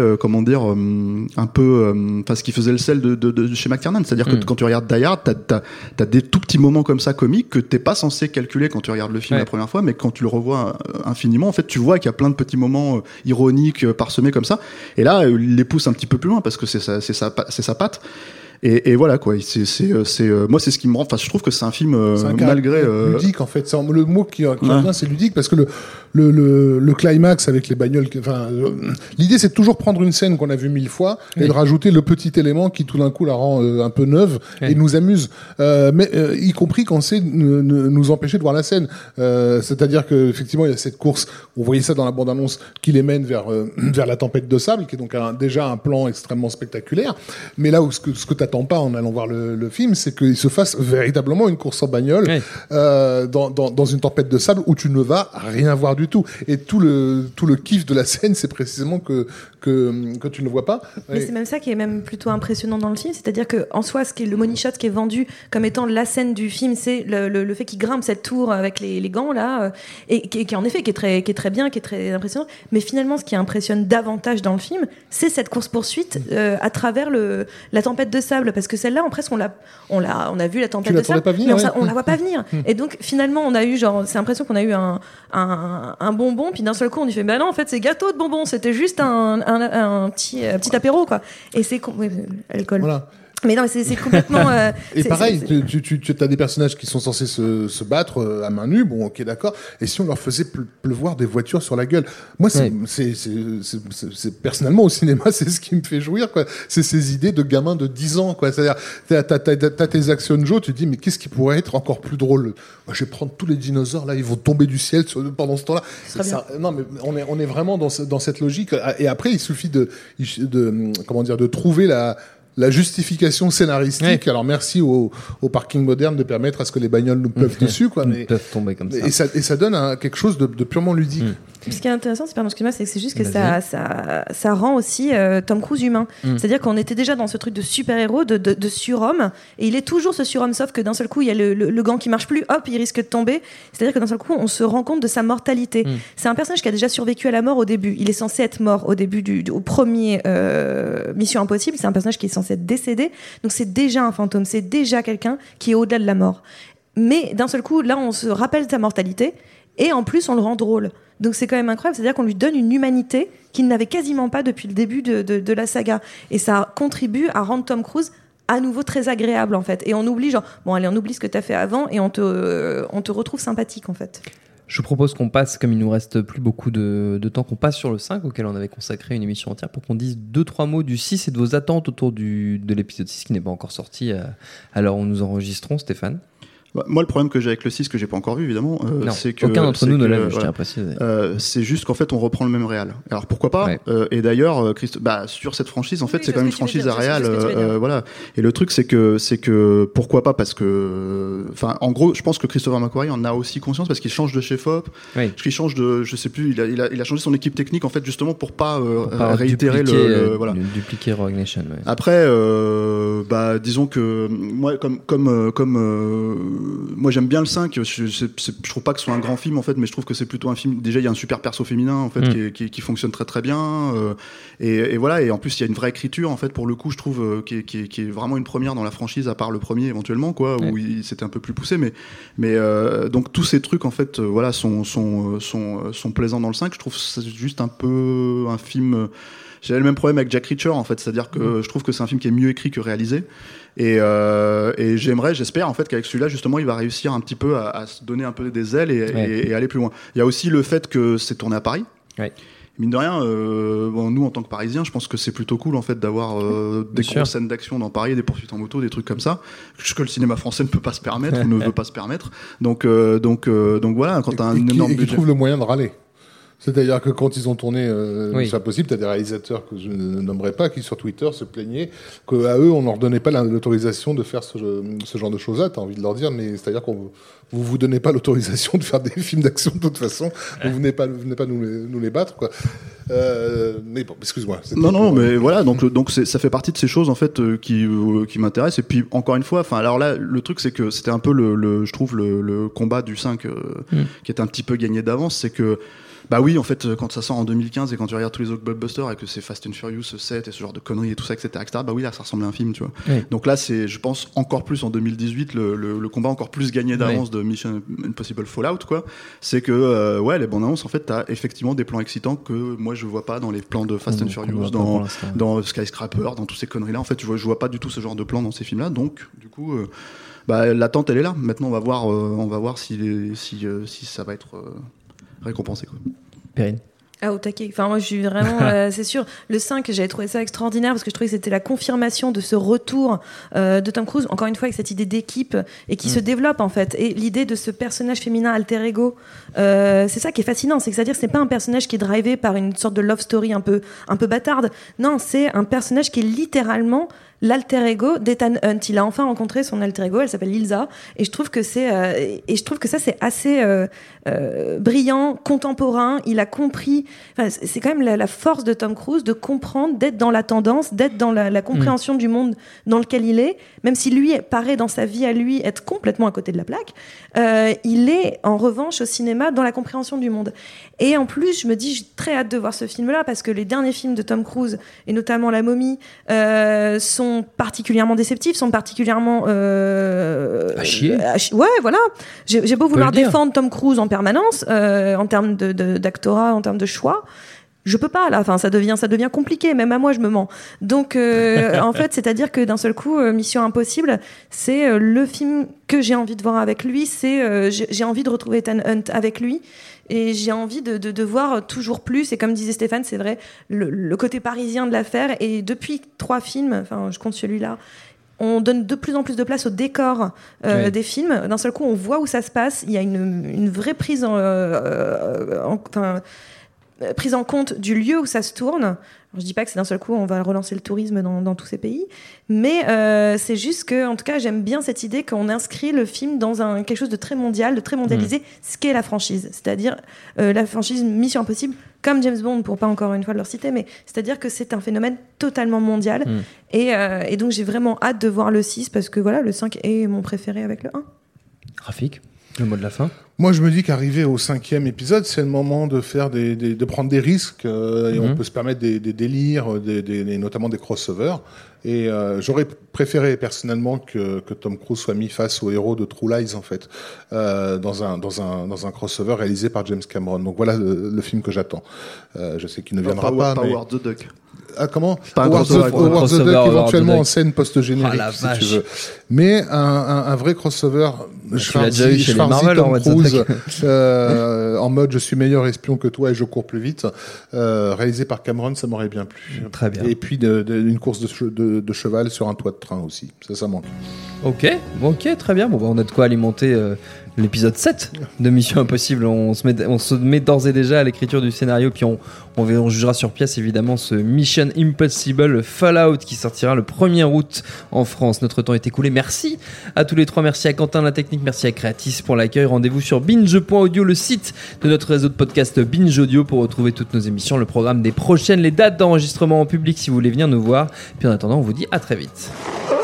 un peu ce qui faisait le sel de chez McTiernan, c'est-à-dire que quand tu regardes Die Hard, t'as des tout petits moments comme ça comiques que t'es pas censé calculer quand tu regardes le film la première fois, mais quand tu le revois infiniment, en fait tu vois qu'il y a plein de petits moments ironiques parsemés comme ça, et là il les pousse un petit peu plus loin parce que c'est sa patte. Et voilà quoi, moi c'est ce qui me rend, enfin je trouve que c'est un film malgré ludique en fait, le mot qui revient c'est ludique, parce que le climax avec les bagnoles, l'idée c'est de toujours prendre une scène qu'on a vue 1000 fois et de rajouter le petit élément qui tout d'un coup la rend un peu neuve et nous amuse, mais y compris quand c'est nous empêcher de voir la scène, c'est-à-dire que effectivement il y a cette course, on voyait ça dans la bande-annonce, qui les mène vers la tempête de sable, qui est donc déjà un plan extrêmement spectaculaire, mais là où ce que t'attends pas en allant voir le film, c'est qu'il se fasse véritablement une course en bagnole dans une tempête de sable où tu ne vas rien voir du tout. Et tout le kiff de la scène, c'est précisément que tu ne le vois pas. Mais c'est même ça qui est même plutôt impressionnant dans le film, c'est-à-dire que en soi, le money shot qui est vendu comme étant la scène du film, c'est le fait qu'il grimpe cette tour avec les gants là, et qui en effet qui est très bien, qui est très impressionnant. Mais finalement, ce qui impressionne davantage dans le film, c'est cette course poursuite à travers la tempête de sable, parce que celle-là, presque on a vu la tempête de sable, mais on la voit pas venir. Et donc finalement, on a eu c'est l'impression qu'on a eu un bonbon, puis d'un seul coup on dit bah non, en fait c'est gâteau de bonbon, c'était juste un petit apéro quoi. Et c'est alcool. Voilà. Mais non, c'est complètement. Et pareil, tu as des personnages qui sont censés se battre à main nue, bon, ok, d'accord. Et si on leur faisait pleuvoir des voitures sur la gueule, moi, c'est personnellement au cinéma, c'est ce qui me fait jouir, quoi. C'est ces idées de gamins de 10 ans, quoi. C'est-à-dire, t'as tes Action Joe, tu te dis, mais qu'est-ce qui pourrait être encore plus drôle? Moi, je vais prendre tous les dinosaures là, ils vont tomber du ciel pendant ce temps-là. Non, mais on est vraiment dans cette logique. Et après, il suffit de trouver la justification scénaristique. Ouais. Alors merci au parking moderne de permettre à ce que les bagnoles nous pleuvent dessus, quoi. Mais peuvent tomber comme ça. Et ça donne quelque chose de purement ludique. Ce qui est intéressant, c'est juste que ça rend aussi Tom Cruise humain. C'est-à-dire qu'on était déjà dans ce truc de super-héros, de surhomme, et il est toujours ce surhomme, sauf que d'un seul coup, il y a le gant qui marche plus, hop, il risque de tomber. C'est-à-dire que d'un seul coup, on se rend compte de sa mortalité. C'est un personnage qui a déjà survécu à la mort au début. Il est censé être mort au début au premier Mission Impossible. C'est un personnage qui est censé être décédé. Donc c'est déjà un fantôme, c'est déjà quelqu'un qui est au-delà de la mort. Mais d'un seul coup, là, on se rappelle de sa mortalité, et en plus, on le rend drôle. Donc c'est quand même incroyable, c'est-à-dire qu'on lui donne une humanité qu'il n'avait quasiment pas depuis le début de la saga. Et ça contribue à rendre Tom Cruise à nouveau très agréable, en fait. Et on oublie, on oublie ce que t'as fait avant, et on te retrouve sympathique, en fait. Je propose qu'on passe, comme il nous reste plus beaucoup de temps, qu'on passe sur le 5, auquel on avait consacré une émission entière, pour qu'on dise 2-3 mots du 6 et de vos attentes autour de l'épisode 6, qui n'est pas encore sorti à l'heure où nous enregistrons, Stéphane. Moi, le problème que j'ai avec le 6, que j'ai pas encore vu, évidemment, c'est que... aucun d'entre nous ne l'a vu, je tiens à préciser. C'est juste qu'en fait, on reprend le même réal. Alors, pourquoi pas Et d'ailleurs, sur cette franchise, en fait, c'est quand même une franchise à réal. Voilà. Et le truc, c'est que pourquoi pas, parce que... Enfin, en gros, je pense que Christopher McQuarrie en a aussi conscience, parce qu'il change de chez FOP, qu'il change de... Je sais plus, il a changé son équipe technique, en fait, justement, pour pas réitérer voilà. Dupliquer Rogue Nation. Ouais. Après, disons que moi, moi j'aime bien le 5. Je trouve pas que ce soit un grand film en fait, mais je trouve que c'est plutôt un film. Déjà, il y a un super perso féminin en fait qui fonctionne très très bien. Et voilà. Et en plus, il y a une vraie écriture en fait pour le coup. Je trouve qui est vraiment une première dans la franchise, à part le premier éventuellement quoi, où c'était un peu plus poussé. Mais donc tous ces trucs en fait, voilà, sont plaisants dans le 5. Je trouve que c'est juste un peu un film. J'avais le même problème avec Jack Reacher en fait, c'est-à-dire que je trouve que c'est un film qui est mieux écrit que réalisé et j'espère en fait qu'avec celui-là justement il va réussir un petit peu à se donner un peu des ailes et aller plus loin. Il y a aussi le fait que c'est tourné à Paris. Ouais. Mine de rien, nous en tant que Parisiens, je pense que c'est plutôt cool en fait d'avoir des grosses scènes d'action dans Paris, des poursuites en moto, des trucs comme ça, ce que le cinéma français ne peut pas se permettre ou ne veut pas se permettre. Donc voilà, quand t'as un énorme budget, qui trouve le moyen de râler. C'est-à-dire que quand ils ont tourné Mission Impossible, t'as des réalisateurs que je ne nommerai pas qui sur Twitter se plaignaient qu'à eux on leur donnait pas l'autorisation de faire ce genre de choses-là. T'as envie de leur dire, mais c'est-à-dire qu'on vous donnez pas l'autorisation de faire des films d'action de toute façon. Vous venez pas nous les battre quoi. Mais bon, excuse-moi. Non, mais voilà, donc ça fait partie de ces choses en fait qui m'intéressent. Et puis encore une fois, enfin alors là, le truc c'est que c'était un peu je trouve le combat du 5 qui est un petit peu gagné d'avance, c'est que bah oui, en fait, quand ça sort en 2015 et quand tu regardes tous les autres blockbusters et que c'est Fast and Furious 7 et ce genre de conneries et tout ça, etc., bah oui, là, ça ressemble à un film, tu vois. Oui. Donc là, c'est, je pense, encore plus en 2018, le combat encore plus gagné d'avance de Mission Impossible Fallout, quoi. C'est que, les bandes annonces, en fait, t'as effectivement des plans excitants que moi, je vois pas dans les plans de Fast and Furious, dans Skyscraper, dans toutes ces conneries-là. En fait, je vois pas du tout ce genre de plans dans ces films-là. Donc, du coup, l'attente, elle est là. Maintenant, on va voir si ça va être récompensé quoi. Perrine. Ah, au taquet. Enfin, moi, je suis vraiment, c'est sûr. Le 5, j'avais trouvé ça extraordinaire parce que je trouvais que c'était la confirmation de ce retour de Tom Cruise, encore une fois, avec cette idée d'équipe et qui se développe, en fait. Et l'idée de ce personnage féminin alter ego, c'est ça qui est fascinant. C'est-à-dire que c'est pas un personnage qui est drivé par une sorte de love story un peu bâtarde. Non, c'est un personnage qui est littéralement l'alter ego d'Ethan Hunt. Il a enfin rencontré son alter ego, elle s'appelle Ilsa, et je trouve que ça c'est assez brillant, contemporain. Il a compris, c'est quand même la force de Tom Cruise de comprendre, d'être dans la tendance, d'être dans la compréhension du monde dans lequel il est, même si lui paraît dans sa vie à lui être complètement à côté de la plaque, il est en revanche au cinéma dans la compréhension du monde. Et en plus, je me dis, j'ai très hâte de voir ce film-là parce que les derniers films de Tom Cruise, et notamment La Momie, sont particulièrement déceptifs, sont particulièrement à chier. Ouais, voilà. J'ai beau vouloir défendre Tom Cruise en permanence, en termes d'actorat, en termes de choix. Je peux pas là, enfin ça devient compliqué, même à moi je me mens. Donc en fait, c'est-à-dire que d'un seul coup, Mission Impossible, c'est le film que j'ai envie de voir avec lui, j'ai envie de retrouver Ethan Hunt avec lui. Et j'ai envie de voir toujours plus. Et comme disait Stéphane, c'est vrai, le côté parisien de l'affaire. Et depuis 3 films, enfin, je compte celui-là, on donne de plus en plus de place au décor des films. D'un seul coup, on voit où ça se passe. Il y a une vraie prise prise en compte du lieu où ça se tourne. Alors, je dis pas que c'est d'un seul coup on va relancer le tourisme dans tous ces pays, mais c'est juste que, en tout cas, j'aime bien cette idée qu'on inscrit le film dans quelque chose de très mondial, de très mondialisé, ce qu'est la franchise, c'est-à-dire la franchise Mission Impossible, comme James Bond, pour pas encore une fois leur citer, mais c'est-à-dire que c'est un phénomène totalement mondial, et donc j'ai vraiment hâte de voir le 6 parce que voilà, le 5 est mon préféré avec le 1. Rafik, le mot de la fin. Moi, je me dis qu'arriver au 5e épisode, c'est le moment de faire de prendre des risques, et on peut se permettre des délires, notamment des crossovers. Et j'aurais préféré personnellement que Tom Cruise soit mis face au héros de True Lies, en fait, dans un crossover réalisé par James Cameron. Donc voilà le film que j'attends. Je sais qu'il ne viendra pas. Pas Howard the Duck. Ah, comment Howard the Duck éventuellement en scène post-générique, oh, si tu veux. Mais un vrai crossover. Tu l'as déjà eu chez les Marvel, Tom Cruise, en mode je suis meilleur espion que toi et je cours plus vite, réalisé par Cameron, ça m'aurait bien plu. Très bien. Et puis une course de cheval sur un toit de train aussi. Ça manque. Ok, très bien. Bon, on a de quoi alimenter l'épisode 7 de Mission Impossible. On se met d'ores et déjà à l'écriture du scénario, puis on jugera sur pièce évidemment ce Mission Impossible Fallout qui sortira le 1er août en France. Notre temps est écoulé. Merci à tous les trois. Merci à Quentin la technique, merci à Creatis pour l'accueil. Rendez-vous sur binge.audio, le site de notre réseau de podcast Binge Audio, pour retrouver toutes nos émissions, le programme des prochaines, les dates d'enregistrement en public si vous voulez venir nous voir. Puis en attendant, on vous dit à très vite.